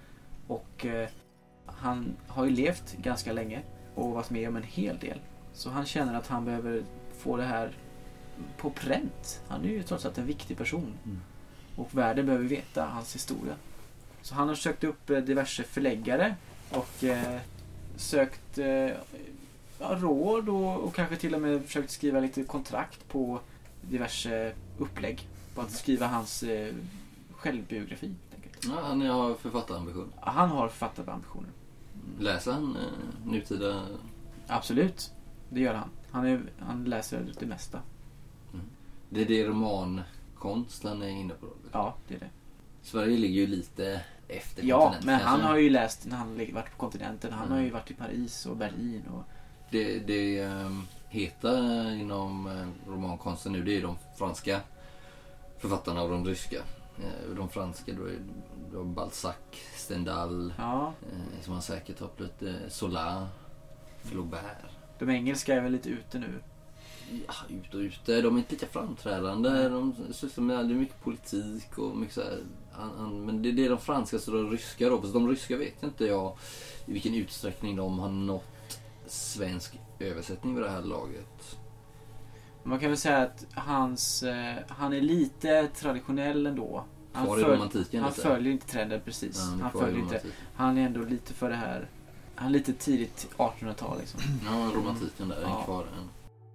Och eh, han har ju levt ganska länge och varit med om en hel del. Så han känner att han behöver få det här på pränt. Han är ju trots allt en viktig person. Mm. Och världen behöver veta hans historia. Så han har sökt upp eh, diverse förläggare och eh, sökt eh, ja, råd och, och kanske till och med försökt skriva lite kontrakt på diverse upplägg. På att skriva hans eh, självbiografi. Helt enkelt. Ja, han har författarambition. Han har författarambitioner. Läser han eh, nutida? Absolut, det gör han. Han, är, han läser det mesta. Det är det romankonst han är inne på då? Ja, det är det. Sverige ligger ju lite efter Ja, kontinenten, men han kanske. har ju läst när han varit på kontinenten. Han Mm. har ju varit i Paris och Berlin. Och... Det, det um, heta inom uh, romankonsten nu, det är de franska författarna och de ryska. Uh, de franska, då är då Balzac, Stendhal, Ja, uh, som man säkert har lite uh, Zola, Flaubert. de engelska är väl lite ute nu. Ja, ut och ute. De är inte lika framträdande. De sysslar med det är mycket politik och mycket så här, an, an, men det är det de franska och de ryska då. Så de ryska vet inte jag i vilken utsträckning de har nått svensk översättning vid det här laget. Man kan väl säga att hans, eh, han är lite traditionell ändå. Han, Kvar i romantiken han lite. följer inte trender precis. Ja, han, kvar i följer inte, romantiken. han är ändå lite för det här. Han är lite tidigt artonhundratal liksom. Ja, romantiken där är Ja. kvar än.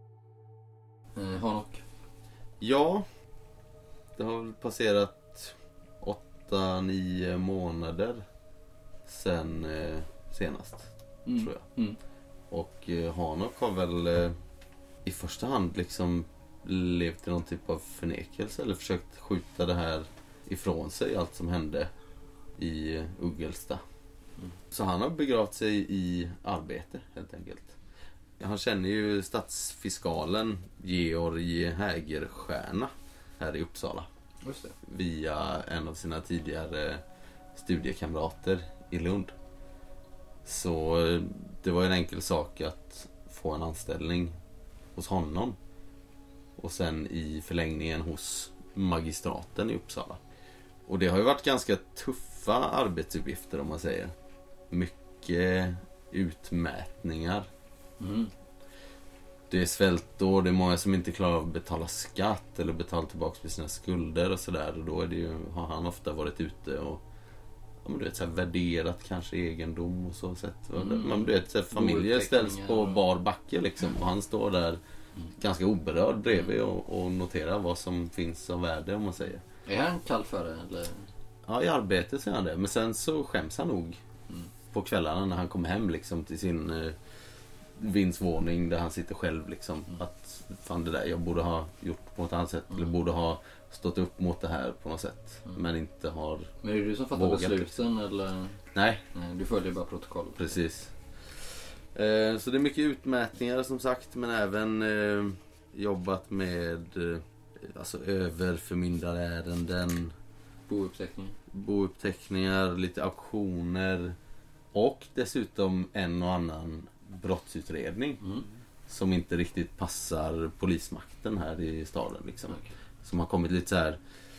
Eh, Hanok. Ja, det har väl passerat åtta nio månader sen eh, senast, Mm. tror jag. Mm. Och eh, Hanok har väl eh, i första hand liksom levt i någon typ av förnekelse eller försökt skjuta det här ifrån sig, allt som hände i eh, Uggelsta. Mm. Så han har begravt sig i arbete helt enkelt. Han känner ju statsfiskalen Georg Hägerstjärna här i Uppsala Just det. via en av sina tidigare studiekamrater i Lund. Så det var en enkel sak att få en anställning hos honom och sen i förlängningen hos magistraten i Uppsala. Och det har ju varit ganska tuffa arbetsuppgifter om man säger. Mycket utmätningar. Mm. Det är svältår, det är många som inte klarar av att betala skatt eller betala tillbaka på sina skulder och sådär. Och då är det ju, har han ofta varit ute och ja, men du vet, så här, värderat kanske egendom och så sätt. Mm. Man, du vet, så här, familjer ställs på bar backe liksom, och han står där Mm. ganska oberörd bredvid och, och noterar vad som finns av värde om man säger. Är han kall för det eller? Ja, i arbetet säger han det. Men sen så skäms han nog Mm. på kvällarna när han kommer hem liksom till sin eh, vindsvåning där han sitter själv liksom. Mm. Att fan det där jag borde ha gjort på något annat sätt. Mm. Eller borde ha stått upp mot det här på något sätt. Mm. Men inte har... Men är det du som fattar Vågat, besluten eller? Nej, Nej, du följer bara protokollet. precis. Eh, så det är mycket utmätningar som sagt. Men även eh, jobbat med eh, alltså överförmyndarärenden. Bouppteckning. Bouppteckningar, lite auktioner och dessutom en och annan brottsutredning Mm. som inte riktigt passar polismakten här i staden liksom. Okej. Som har kommit lite så här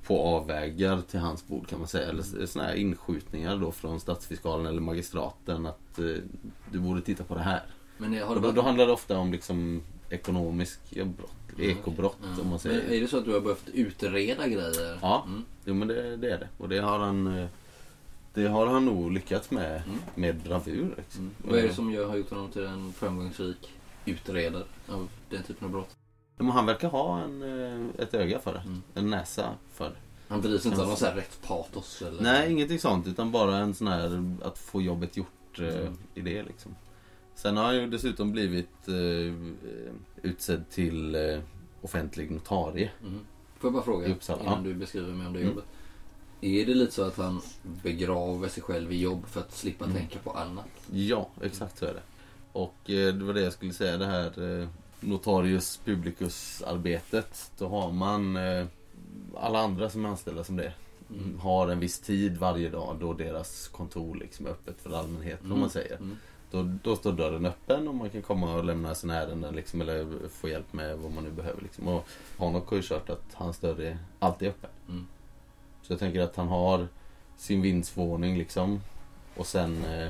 på avvägar till hans bord kan man säga. Eller såna här inskjutningar då från statsfiskalen eller magistraten att eh, du borde titta på det här. Men har och det då, varit... då handlar det ofta om liksom ekonomiska brott, ekobrott Ja. om man säger. Men är det så att du har behövt utreda grejer? Ja, Mm. jo, men det, det är det. Och det har han eh, det har han nog lyckats med Mm. med bravur. Liksom. Mm. Vad är det som gör, har gjort honom till en framgångsrik utredare av den typen av brott? Men han verkar ha en, eh, ett öga för det. Mm. En näsa för det. Han drivs inte av någon sån här rätt patos eller? Nej, ingenting sånt. Utan bara en sån här att få jobbet gjort eh, Mm. idé liksom. Sen har han ju dessutom blivit eh, utsedd till eh, offentlig notarie. Mm. Får jag bara fråga I Uppsala, innan ja. du beskriver mig om det Mm. jobbet. Är det lite så att han begraver sig själv i jobb för att slippa Mm. tänka på annat? Ja, exakt så är det. Och eh, det var det jag skulle säga, det här eh, notarius publicus-arbetet. Då har man eh, alla andra som är anställda som det. Mm. Har en viss tid varje dag då deras kontor liksom är öppet för allmänheten om man säger. Mm. Då, då står dörren öppen och man kan komma och lämna sina ärenden liksom, eller få hjälp med vad man nu behöver. Liksom. Och Hanok har ju kört att hans dörr är alltid öppen. Mm. Så jag tänker att han har sin vindsvåning liksom. Och sen eh,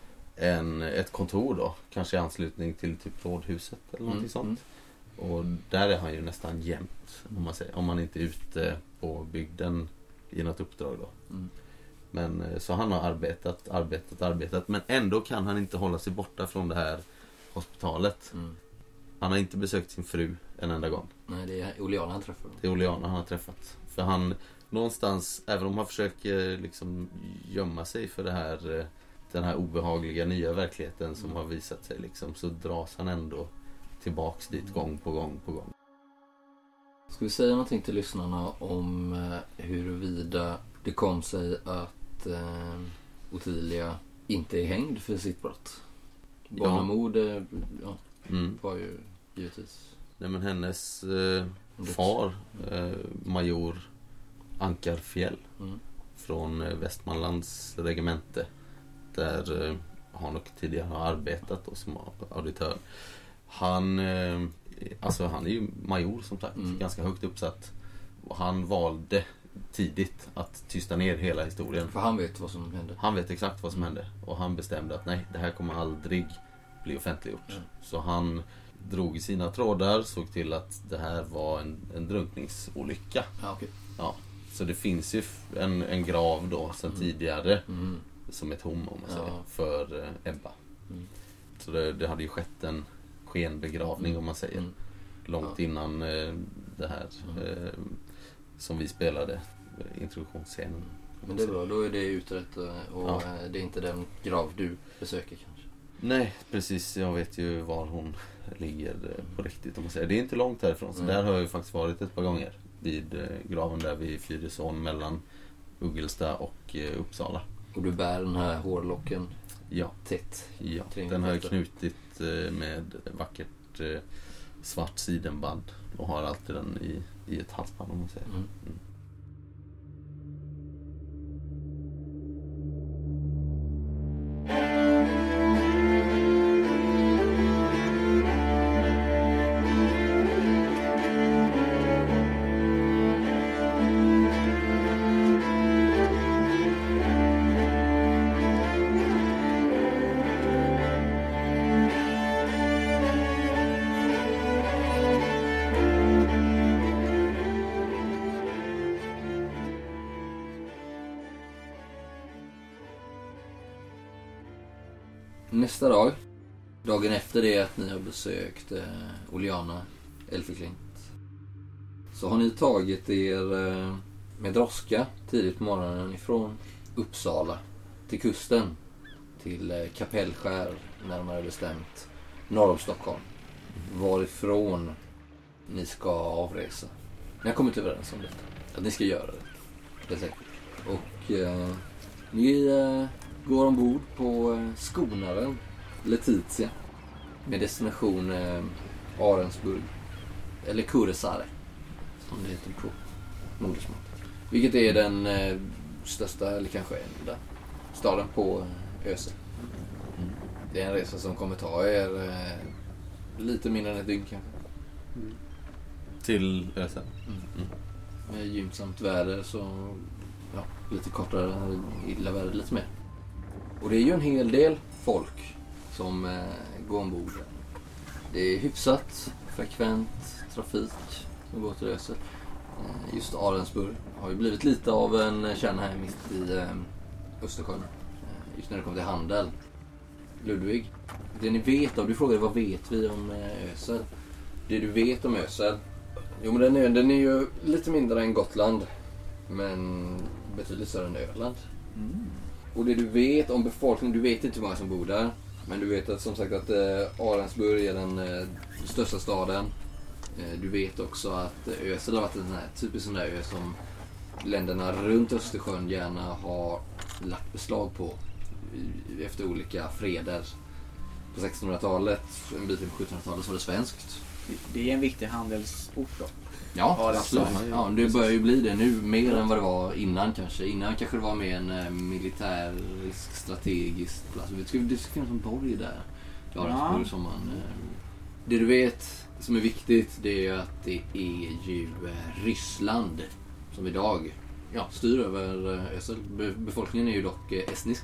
en, ett kontor då. Kanske i anslutning till typ rådhuset eller Mm. något sånt. Och där är han ju nästan jämt om man säger. Om man inte är ute på bygden i något uppdrag då. Mm. Men så han har arbetat, arbetat, arbetat. Men ändå kan han inte hålla sig borta från det här hospitalet. Mm. Han har inte besökt sin fru en enda gång. Nej, det är Oliana han träffar. Det är Oliana han har träffat. För han någonstans, även om han försöker liksom gömma sig för det här, den här obehagliga nya verkligheten som Mm. har visat sig liksom, så dras han ändå tillbaks dit gång på gång på gång. Ska vi säga någonting till lyssnarna om eh, huruvida det kom sig att eh, Ottilia inte är hängd för sitt brott? Ja. Barnamord eh, ja, Mm. var ju givetvis... Nej, men hennes eh, far, eh, major Ankarfjäll Mm. från eh, Västmanlands regemente, där eh, Hanok tidigare har arbetat då, som auditör. Han, eh, alltså han är ju major som sagt, Mm. ganska högt uppsatt. Och han valde tidigt att tysta ner hela historien. För han vet vad som hände. Han vet exakt vad som hände. Och han bestämde att nej, det här kommer aldrig bli offentliggjort. Mm. Så han drog i sina trådar, såg till att det här var en, en drunkningsolycka. Ja, okej. Ja, så det finns ju en, en grav då sedan Mm. tidigare Mm. som ett hom om man säger, Ja. för eh, Ebba. Mm. Så det, det hade ju skett en skenbegravning om man säger. Mm. Långt Ja. innan eh, det här Mm. eh, som vi spelade, eh, introduktionsscenen. Men det är bra, då är det utrett eh, och Ja. eh, det är inte den grav du besöker kanske. Nej, precis. Jag vet ju var hon ligger eh, på riktigt om man säger. Det är inte långt härifrån, så Mm. där har jag ju faktiskt varit ett par gånger. Vid eh, graven där vid Fyrisån mellan Uggelsta och eh, Uppsala. Och du bär den här hårlocken Ja, tätt. ja. Kring Den har jag fötter. knutit eh, med vackert eh, svart sidenband och har alltid den i, i ett halsband om man säger. Mm. Mm. Nästa dag, dagen efter det att ni har besökt eh, Oliana Elfeklint, så har ni tagit er eh, med droska tidigt på morgonen ifrån Uppsala till kusten till eh, Kapellskär, närmare bestämt norr om Stockholm, varifrån ni ska avresa. Ni har kommit överens om detta, att ni ska göra det, helt enkelt. Och eh, ni eh, går ombord på eh, skonaren Letizia med destination eh, Arensburg, eller Kuressaare som det heter på modersmål. Vilket är den eh, största, eller kanske enda staden på eh, Ösel. Mm. Det är en resa som kommer ta er eh, lite mindre än ett dygn kanske. Till Ösen. Mm. Mm. med gynnsamt väder så ja, lite kortare illa väder lite mer. Och det är ju en hel del folk som eh, går ombord. Det är hyfsat frekvent trafik som går till Ösel. Eh, just Ahrensburg har ju blivit lite av en kärna här mitt i eh, Östersjön. Eh, just när det kommer till handel. Ludvig, det ni vet om, du frågade vad vet vi om eh, Ösel? Det du vet om Ösel, jo men den är, den är ju lite mindre än Gotland, men betydligt större än Öland. Mm. Och det du vet om befolkningen, du vet inte hur många som bor där, men du vet att som sagt att eh, Ahrensburg är den eh, största staden. Eh, du vet också att eh, Ösel har varit en sån här typisk sån där ö som länderna runt Östersjön gärna har lagt beslag på i, efter olika freder. På sextonhundratalet, en bit in på sjuttonhundratalet så var det svenskt. Det är en viktig handelsort då. Ja, Ja, det absolut. absolut. Ja, det börjar ju bli det nu mer än vad det var innan kanske. Innan kanske det var mer en eh, militärisk, strategisk plats. Det ska, det ska finnas en borg där. Ja, Ja. som man, eh, det du vet som är viktigt, det är att det är ju eh, Ryssland som idag ja, styr över eh, Ösel. Be- befolkningen är ju dock eh, estnisk.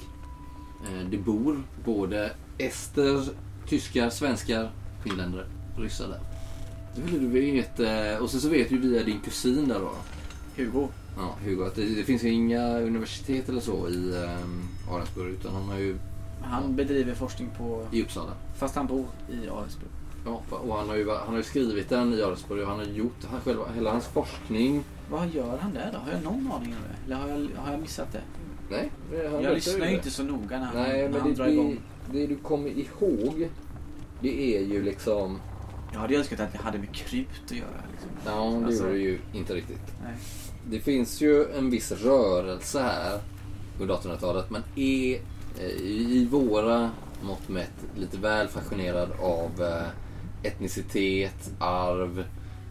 Eh, det bor både ester, tyskar, svenskar, finländare, ryssar där. Det vill du vet. eh, Och sen så vet ju via din kusin där då. Hugo. Ja, Hugo, att det, det finns ju inga universitet eller så i eh, Ahrensburg, utan han har ju Han bedriver forskning på... i Uppsala. Fast han bor i Ahrensburg. Ja, och han har ju, han har ju skrivit den i Ahrensburg och han har gjort han själva, hela hans forskning. Vad gör han där då? Har jag någon aning om det? Eller har jag, har jag missat det? Nej, det, han Jag berättar lyssnar det. ju inte så noga när han, Nej, när men han det, drar det, igång. det du kommer ihåg, det är ju liksom... Jag hade önskat att jag hade med krut att göra. Liksom. Ja, det Alltså- gjorde det ju inte riktigt. Nej. Det finns ju en viss rörelse här under artonhundratalet, men är eh, i våra mått mätt lite väl fascinerad av eh, etnicitet, arv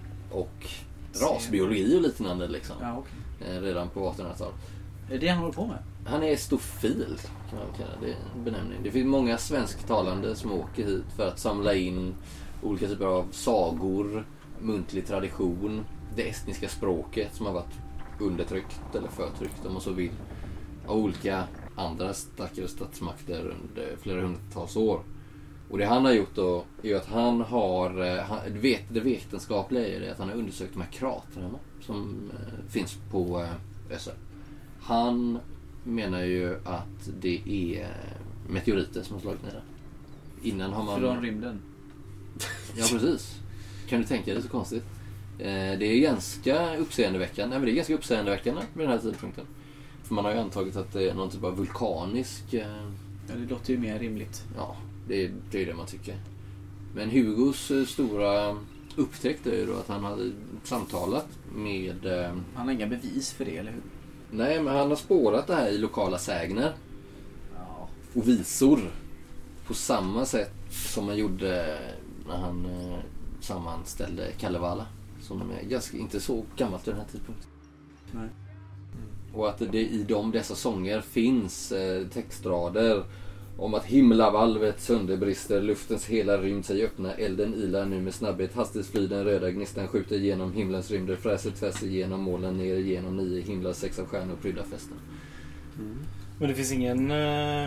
och rasbiologi och liknande liksom. Ja, okej. Eh, redan på artonhundratalet. Är det det han håller på med? Han är stofil, kan man kalla det, en benämning. Det finns många svensktalande som åker hit för att samla in olika typer av sagor, muntlig tradition, det estniska språket som har varit undertryckt eller förtryckt om man så vill av olika andra starkare statsmakter under flera hundratals år. Och det han har gjort då är att han har, han, vet, det vetenskapliga är det att han har undersökt de här kratrarna som eh, finns på eh, Ösel. Han menar ju att det är meteoriter som har slagit ner där. Innan har man... Från rymden? Ja, precis. Kan du tänka dig så konstigt? Eh, det är ganska uppseendeväckande. Nej, men det är ganska uppseendeväckande med den här tidpunkten. För man har ju antagit att det är någon typ av vulkanisk... Eh, Ja, det låter ju mer rimligt. ja, det är, det är det man tycker. Men Hugos eh, stora upptäckt är ju då att han hade samtalat med... Eh, Han har inga bevis för det, eller hur? nej, men han har spårat det här i lokala sägner Ja. och visor. På samma sätt som man gjorde när han eh, sammanställde Kalevala. Som är ganska, inte så gammalt vid den här tidpunkten. Nej. Och att det i de dessa sånger finns eh, textrader om att himlavalvet sönderbrister, luftens hela rymd sig öppna, elden ilar nu med snabbhet, hastigt flyr den röda gnistan, skjuter genom himlens rymder, fräser tvärs igenom målen, ner igenom nio himlar, sex av stjärnor prydda fästen. Mm. Men det finns ingen äh,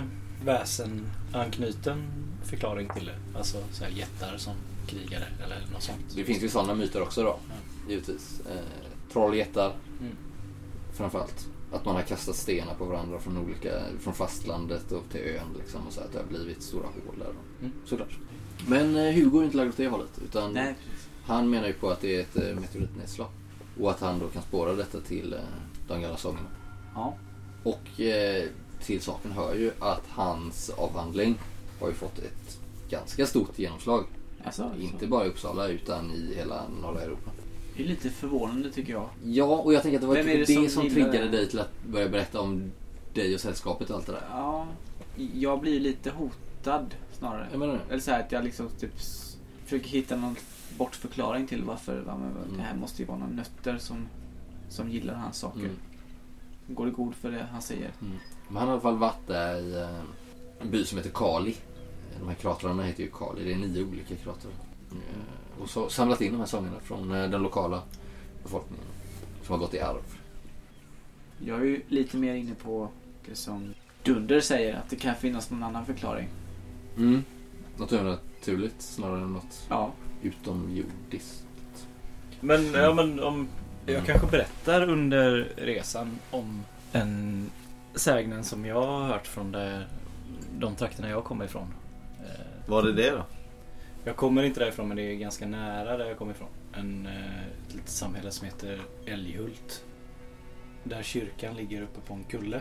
väsenanknuten förklaring till det? Alltså så här jättar som krigare eller något sånt? Det finns ju sådana myter också då, Ja. givetvis. Eh, trolljättar, Mm. framförallt. Att man har kastat stenar på varandra från olika, från fastlandet upp till ön liksom, och så att det har blivit stora hål där. Mm. Såklart. Men eh, Hugo är inte lagd åt det hållet, utan Nej, precis. han menar ju på att det är ett eh, meteoritnedslag. Och att han då kan spåra detta till eh, de gamla sagorna. Ja. Och eh, till saken hör ju att hans avhandling har ju fått ett ganska stort genomslag. Alltså, Inte bara i Uppsala utan i hela norra Europa. Det är lite förvånande tycker jag. Ja, och jag tänker att det var Vem är det, det det som som, gillar triggade det? dig till att börja berätta om dig och sällskapet och allt det där. Ja, jag blir lite hotad snarare. Jag menar det. Eller så här att jag liksom typ s- försöker hitta någon bortförklaring till varför ja, men, Mm. det här måste ju vara några nötter som, som gillar hans saker. Mm. Går det god för det han säger? Mm. Men han har i alla fall varit där i eh, en by som heter Kali. De här kratrarna heter ju Kali. Det är nio olika kratrar. Eh, och så samlat in de här sångerna från eh, den lokala befolkningen. som har gått i arv. Jag är ju lite mer inne på det som Dunder säger, att det kan finnas någon annan förklaring. Mm. Något övernaturligt snarare än något Ja. utomjordiskt. Men, ja, men om jag kanske berättar under resan om en sägnen som jag har hört från det, de trakterna jag kommer ifrån. Var är det då? Jag kommer inte därifrån, men det är ganska nära där jag kommer ifrån. En, ett litet samhälle som heter Älghult. Där kyrkan ligger uppe på en kulle.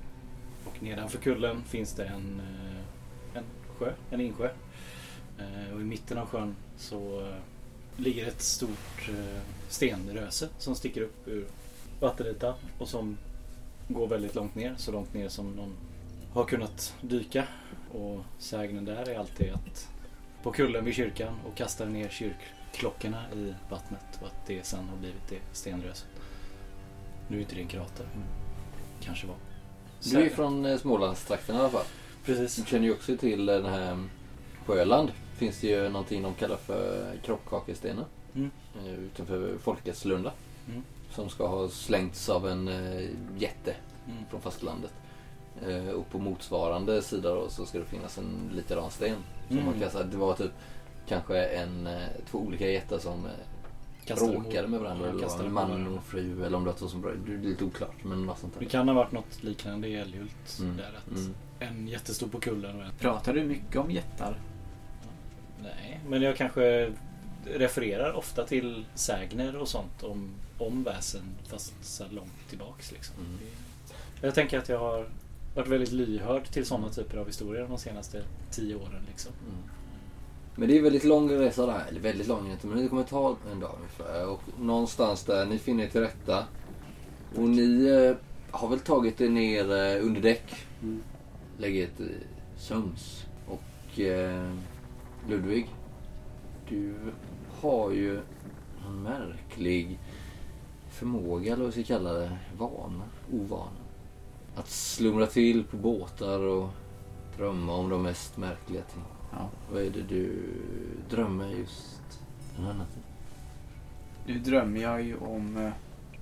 Och nedanför kullen finns det en, en sjö, en insjö. Och i mitten av sjön så ligger ett stort stenröse som sticker upp ur vattenytan och som går väldigt långt ner, så långt ner som någon har kunnat dyka. Och sägnen där är alltid att på kullen vid kyrkan och kastar ner kyrkklockorna i vattnet och att det sen har blivit det stenröset. Nu är inte det en krater, men kanske var. Du är från Smålandstrakten i alla fall. Precis. Du känner ju också till den här Sjöland. Finns det ju någonting de kallar för Krockkakestenen. Mm. Utanför Folketslunda. Mm. Som ska ha slängts av en jätte Mm. från fastlandet. Och på motsvarande sida då så ska det finnas en likadan sten. Som Mm. man kan säga, det var typ kanske en, två olika jättar som Kastade bråkade mot- med varandra. ja, Eller kastade var en på man varandra. och fru. Eller om det var två som bråkade. Det är lite oklart. Men något sånt där. Det kan ha varit något liknande i Älghult. Mm. Där att Mm. en jättestor på kullen och en... Pratar du mycket om jättar? Nej, men jag kanske refererar ofta till sägner och sånt om, om väsen fast så långt tillbaks liksom. Mm. Jag tänker att jag har varit väldigt lyhörd till sådana typer av historier de senaste tio åren liksom. Mm. Men det är väldigt lång resa det här. Eller väldigt lång inte, men det kommer ta en dag ungefär. Och någonstans där ni finner er till rätta. Och ni eh, har väl tagit er ner eh, under däck. Mm. Lägger ett eh, söms. Och eh, Ludvig, du har ju en märklig förmåga, eller vad vi ska kalla det, vana, ovana. Att slumra till på båtar och drömma om de mest märkliga ting. Ja. Vad är det du drömmer just den här natten? Nu drömmer jag ju om, eh,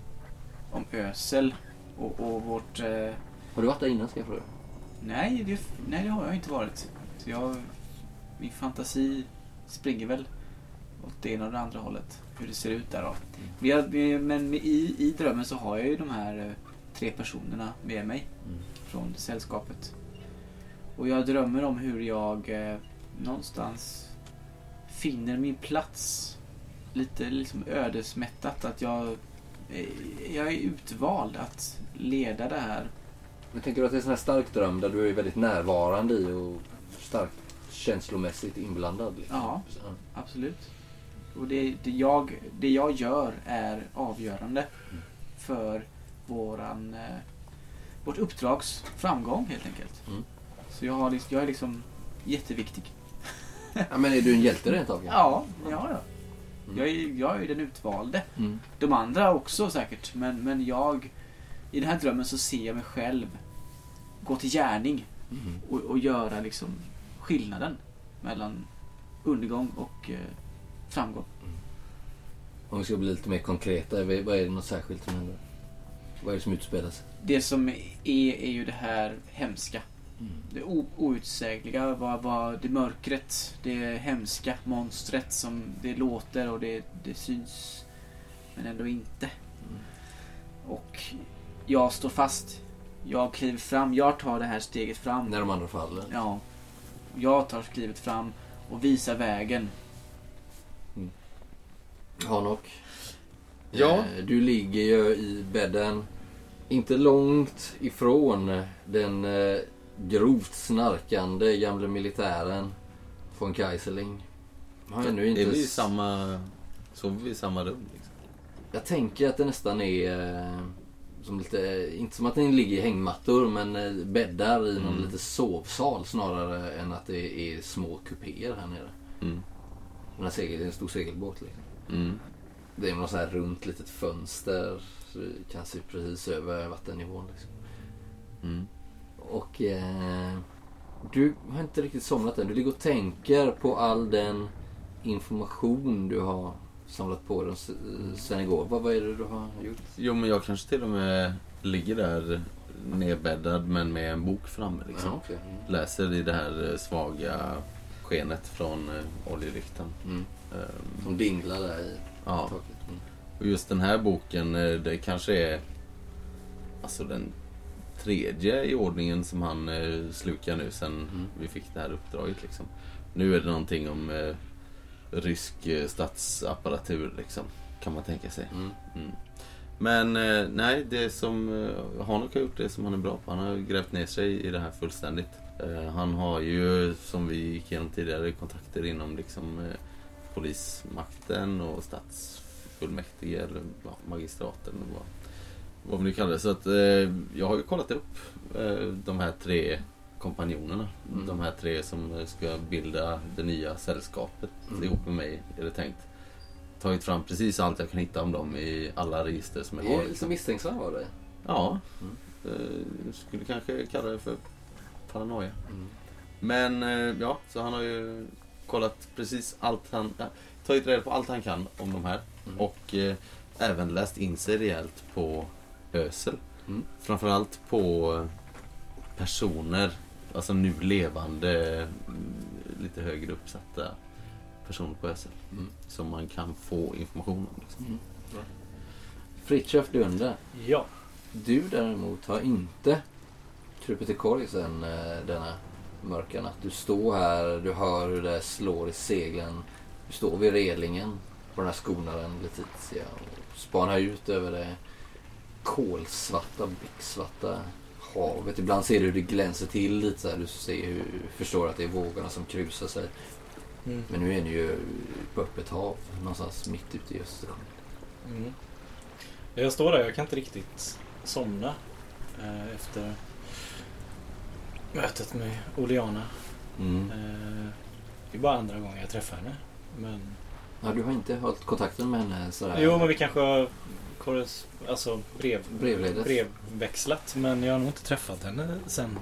om Ösel och, och vårt... Eh, Har du varit där innan, ska jag fråga? nej, det, nej, det har jag inte varit. Så jag, min fantasi springer väl åt det ena och det andra hållet. Hur det ser ut där då. Vi har, vi, men i, i drömmen så har jag ju de här eh, tre personerna med mig Mm. från sällskapet. Och jag drömmer om hur jag eh, någonstans finner min plats. Lite liksom ödesmättat. Att jag, eh, jag är utvald att leda det här. Men tänker du att det är en sån här stark dröm där du är väldigt närvarande i och starkt känslomässigt inblandad? Liksom? Ja. Så, Absolut. Och det, det, jag, det jag gör är avgörande för våran, eh, vårt uppdrags framgång helt enkelt. Mm. Så jag, har, jag är liksom jätteviktig. ja, men är du en hjälte rent av? Ja, ja, ja. Mm. Jag är, jag är den utvalde. Mm. De andra också säkert. Men, men jag, i den här drömmen så ser jag mig själv gå till gärning Mm. och, och göra liksom skillnaden mellan undergång och eh, framgång. Om vi ska bli lite mer konkreta, vad är vad är det något särskilt som händer? Vad är det som utspelar sig? Det som är, är ju det här hemska. Mm. Det o- outsägliga, vad, vad, det mörkret, det hemska monstret som det låter och det, det syns men ändå inte. Mm. Och jag står fast. Jag kliver fram, jag tar det här steget fram. När de andra faller? Ja. Jag tar klivet fram och visar vägen. Hanok. Ja. Eh, Du ligger ju i bädden. Inte långt ifrån den eh, grovt snarkande gamla militären von Kaiserling. Har jag nu inte Är vi i s- samma... Sover vi i samma rum liksom? Jag tänker att det nästan är eh, som lite, inte som att den ligger i hängmattor, men eh, bäddar i någon Mm. lite sovsal snarare än att det är små kupéer här nere. Mm. Den här segel, det är en stor segelbåt liksom. Mm. Det är något så här runt litet fönster, så du kan se precis över vattennivån liksom. Mm. Och eh, du har inte riktigt somnat än. Du ligger och tänker på all den information du har samlat på den sen igår. Vad, vad är det du har gjort? Jo, men jag kanske till och med ligger där nedbäddad men med en bok framme liksom. Ja, okay. mm. Läser i det här svaga skenet från eh, oljelyktan. Mm. Um, Som dinglar där i ja. taket. Mm. Och just den här boken, eh, det kanske är alltså den tredje i ordningen som han eh, slukar nu sen mm. vi fick det här uppdraget liksom. Nu är det någonting om eh, rysk eh, statsapparatur liksom, kan man tänka sig. Mm. Mm. Men eh, nej, det som eh, Hanok har gjort, det som han är bra på, han har grävt ner sig i det här fullständigt. Eh, han har ju, som vi gick igenom tidigare, kontakter inom liksom eh, polismakten och statsfullmäktige eller ja, magistraten och vad, vad vi kallar det. Så att eh, jag har ju kollat upp eh, de här tre kompanjonerna. Mm. De här tre som ska bilda det nya sällskapet mm. ihop med mig, är det tänkt. Tagit fram precis allt jag kan hitta om dem i alla register som jag har. Jag är lite misstänksam av det. Ja, mm. eh, skulle kanske kalla det för paranoia. Mm. Men eh, ja, så han har ju kollat precis allt han, ja, tagit reda på allt han kan om de här. Mm. Och eh, även läst in sig rejält på Ösel. Mm. Framförallt på personer, alltså nu levande, lite högre uppsatta personer på Ösel. Mm. Som man kan få information om. Liksom. Mm. Fritiof Dunder. Ja. Du däremot har inte krupit i korg sen eh, denna mörka natt. Du står här, du hör hur det slår i seglen. Du står vid relingen på den här skonaren Letizia och spanar ut över det kolsvarta, blicksvarta havet. Ibland ser du hur det glänser till lite så här. Du ser hur, förstår att det är vågorna som krusar sig. Mm. Men nu är ni ju på öppet hav någonstans mitt ute i Östersjön. Mm. Jag står där, jag kan inte riktigt somna eh, efter mötet med Oleana. Mm. Eh, det är bara andra gången jag träffar henne. Men... Ja, du har inte hållit kontakten med henne sådär? Jo, men vi kanske har korres... alltså brev... Brevledes. brevväxlat. Men jag har nog inte träffat henne sen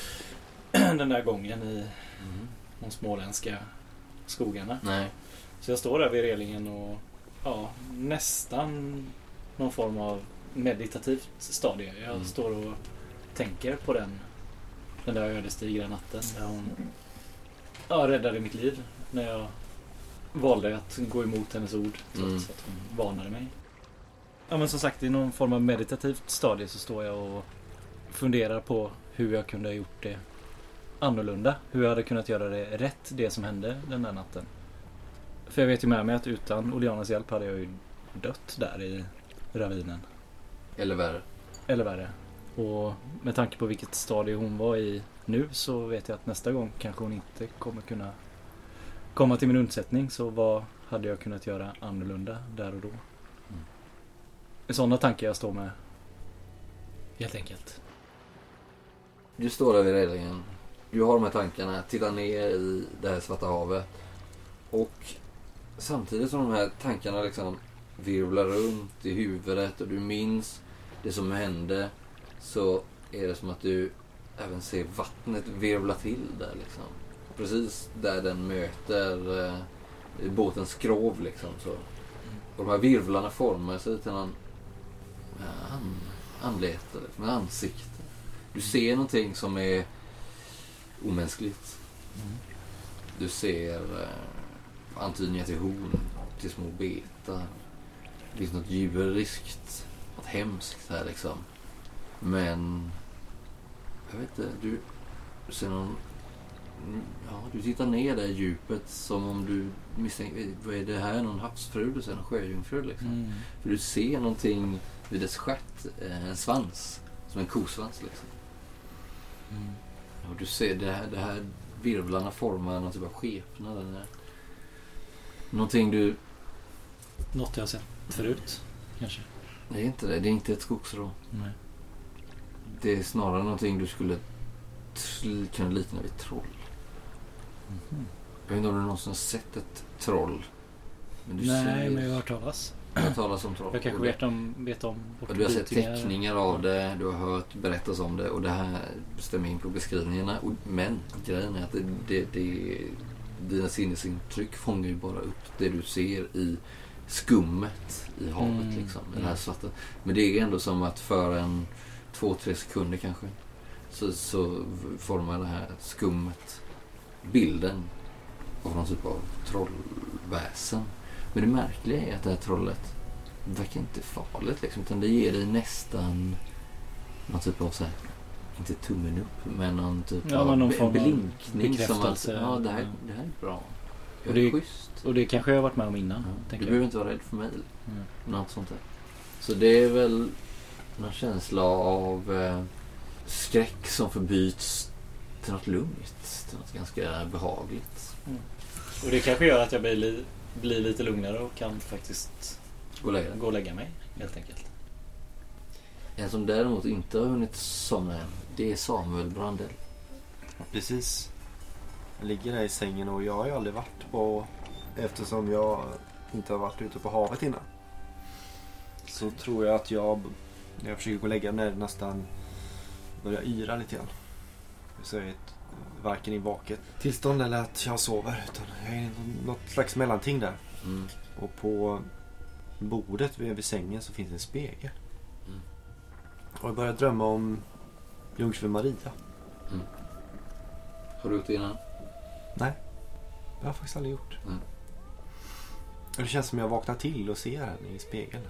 den där gången i mm. de småländska skogarna. Nej. Så jag står där vid relingen och ja, nästan någon form av meditativt stadie. Jag mm. står och tänker på den den där ödesdigra natten där hon ja, räddade mitt liv när jag valde att gå emot hennes ord trots mm. att hon varnade mig. Ja, men som sagt, i någon form av meditativt stadie så står jag och funderar på hur jag kunde ha gjort det annorlunda. Hur jag hade kunnat göra det rätt, det som hände den där natten. För jag vet ju med mig att utan Oleanas hjälp hade jag ju dött där i ravinen. Eller värre. Eller värre. Och med tanke på vilket stadie hon var i nu så vet jag att nästa gång kanske hon inte kommer kunna komma till min undsättning. Så vad hade jag kunnat göra annorlunda där och då? Mm. Sådana tankar jag står med. Helt enkelt. Du står där vid relingen. Du har de här tankarna. Tittar ner i det här svarta havet. Och samtidigt som de här tankarna liksom virvlar runt i huvudet och du minns det som hände, så är det som att du även ser vattnet virvla till där liksom. Precis där den möter eh, båtens skrov liksom. Så. Och de här virvlarna formar sig till någon ja, an, anlete, liksom, en ansikte. Du ser någonting som är omänskligt. Mm. Du ser eh, antydningar till horn, till små betar. Det finns något djuriskt, något hemskt här liksom. Men jag vet inte, du, du ser någon, ja, du tittar ner där i djupet som om du misstänker, vad är det här, någon havsfru, du ser någon sjöjungfru liksom. Mm. För du ser någonting vid dess stjärt, en svans, som en kosvans liksom. Mm. Och du ser det här, det här virvlarna formar någon typ av skepnad eller någonting du... Något jag har sett förut, kanske. Det är inte det, det är inte ett skogsrå. Nej. Det är snarare någonting du skulle t- kunna likna vid troll. Mm-hmm. Jag vet inte om du någonsin har sett ett troll. Men du Nej, ser... men jag har hört talas. Jag har talas om troll. Jag kanske vet om, vet om och du har sett teckningar av det, du har hört berättas om det och det här stämmer in på beskrivningarna. Men grejen är att det, det, det, dina sinnesintryck fångar ju bara upp det du ser i skummet i havet Mm. liksom. Den här svarta. Men det är ändå som att för en två, tre sekunder kanske så, så formar det här skummet bilden av någon typ av trollväsen. Men det märkliga är att det här trollet verkar inte farligt liksom, utan det ger dig nästan någon typ av så här, inte tummen upp, men någon typ Ja, av men någon be- form av blinkning som att bekräftelse. ja, det här, Ja. det här är bra. Och Det det- är schysst. Och det kanske jag har varit med om innan. Ja. Du Tänker behöver jag. inte vara rädd för mig. Mm. Något sånt där. Så det är väl någon känsla av eh, skräck som förbyts till något lugnt. Till något ganska behagligt. Och det kanske gör att jag blir, li- blir lite lugnare och kan faktiskt Gå och lägga dig. gå och lägga mig helt enkelt. En som däremot inte har hunnit somna än, det är Samuel Brandell. Precis. Jag ligger där i sängen och jag har ju aldrig varit på... Eftersom jag inte har varit ute på havet innan. Så tror jag att jag, när jag försöker gå och lägga mig, nästan börjar yra lite grann. Så jag är ett, varken i vaket tillstånd eller att jag sover. Utan jag är i något slags mellanting där. Mm. Och på bordet vid sängen så finns en spegel. Mm. Och jag börjar drömma om Jungfru Maria. Mm. Har du gjort det innan? Nej, det har jag faktiskt aldrig gjort. Mm. Och det känns som jag vaknar till och ser henne i spegeln.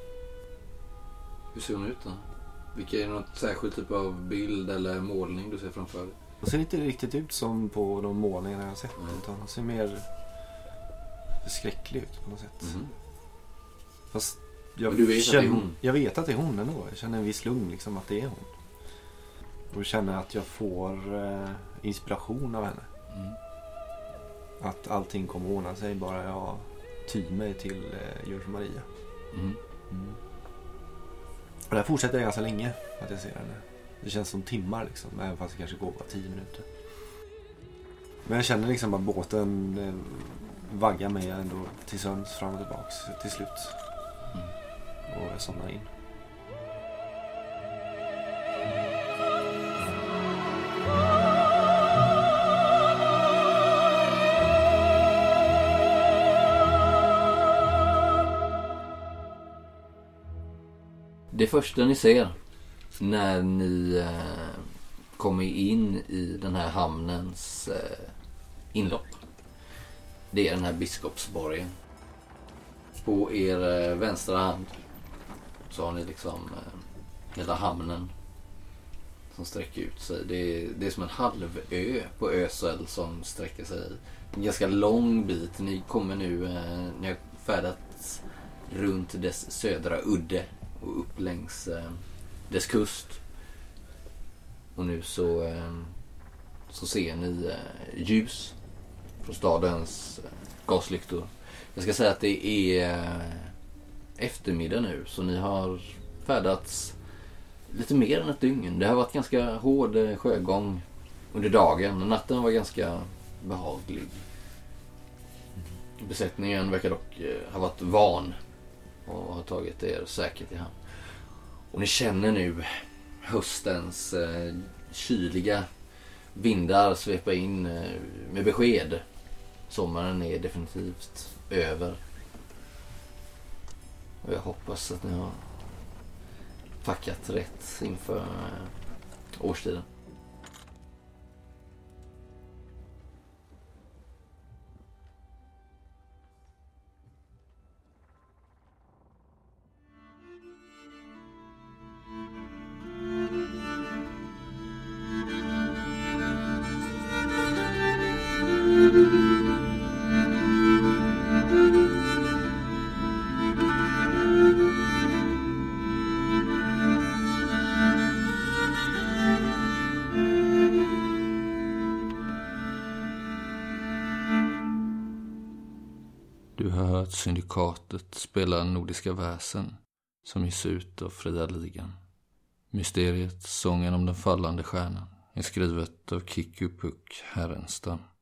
Hur ser hon ut då? Vilka är det något särskilt typ av bild eller målning du ser framför dig? Hon ser inte riktigt ut som på de målningarna jag har sett. Mm. Utan hon ser mer förskräcklig ut på något sätt. Mm. Fast jag, Men du vet att det är hon? Jag vet att det är hon ändå. Jag känner en viss lugn liksom att det är hon. Och jag känner att jag får eh, inspiration av henne. Mm. Att allting kommer ordna sig bara jag tyr mig till eh, Jungfru Maria. Mm. Mm. Och det här fortsätter ganska länge att jag ser henne. Det känns som timmar liksom, även fast det kanske går bara tio minuter. Men jag känner liksom att båten eh, vaggar mig ändå till sömns fram och tillbaks till slut. Mm. Och jag somnar in. Det första ni ser när ni eh, kommer in i den här hamnens eh, inlopp, det är den här biskopsborgen. På er eh, vänstra hand så har ni liksom eh, hela hamnen som sträcker ut sig. Det är, det är som en halvö på Ösel som sträcker sig en ganska lång bit. Ni kommer nu, eh, ni har färdats runt dess södra udde och upp längs eh, dess kust. Och nu så, eh, så ser ni eh, ljus från stadens eh, gaslyktor. Jag ska säga att det är eh, eftermiddag nu, så ni har färdats lite mer än ett dygn. Det har varit ganska hård eh, sjögång under dagen. Natten var ganska behaglig. Besättningen verkar dock eh, ha varit van och har tagit er säkert i hamn. Och ni känner nu höstens eh, kyliga vindar svepa in eh, med besked. Sommaren är definitivt över. Och jag hoppas att ni har packat rätt inför eh, årstiden. Du har hört Syndikatet spela Nordiska väsen som ges ut av Fria Ligan. Mysteriet Sången om den fallande stjärnan är skrivet av Kiku Puck Härenstam.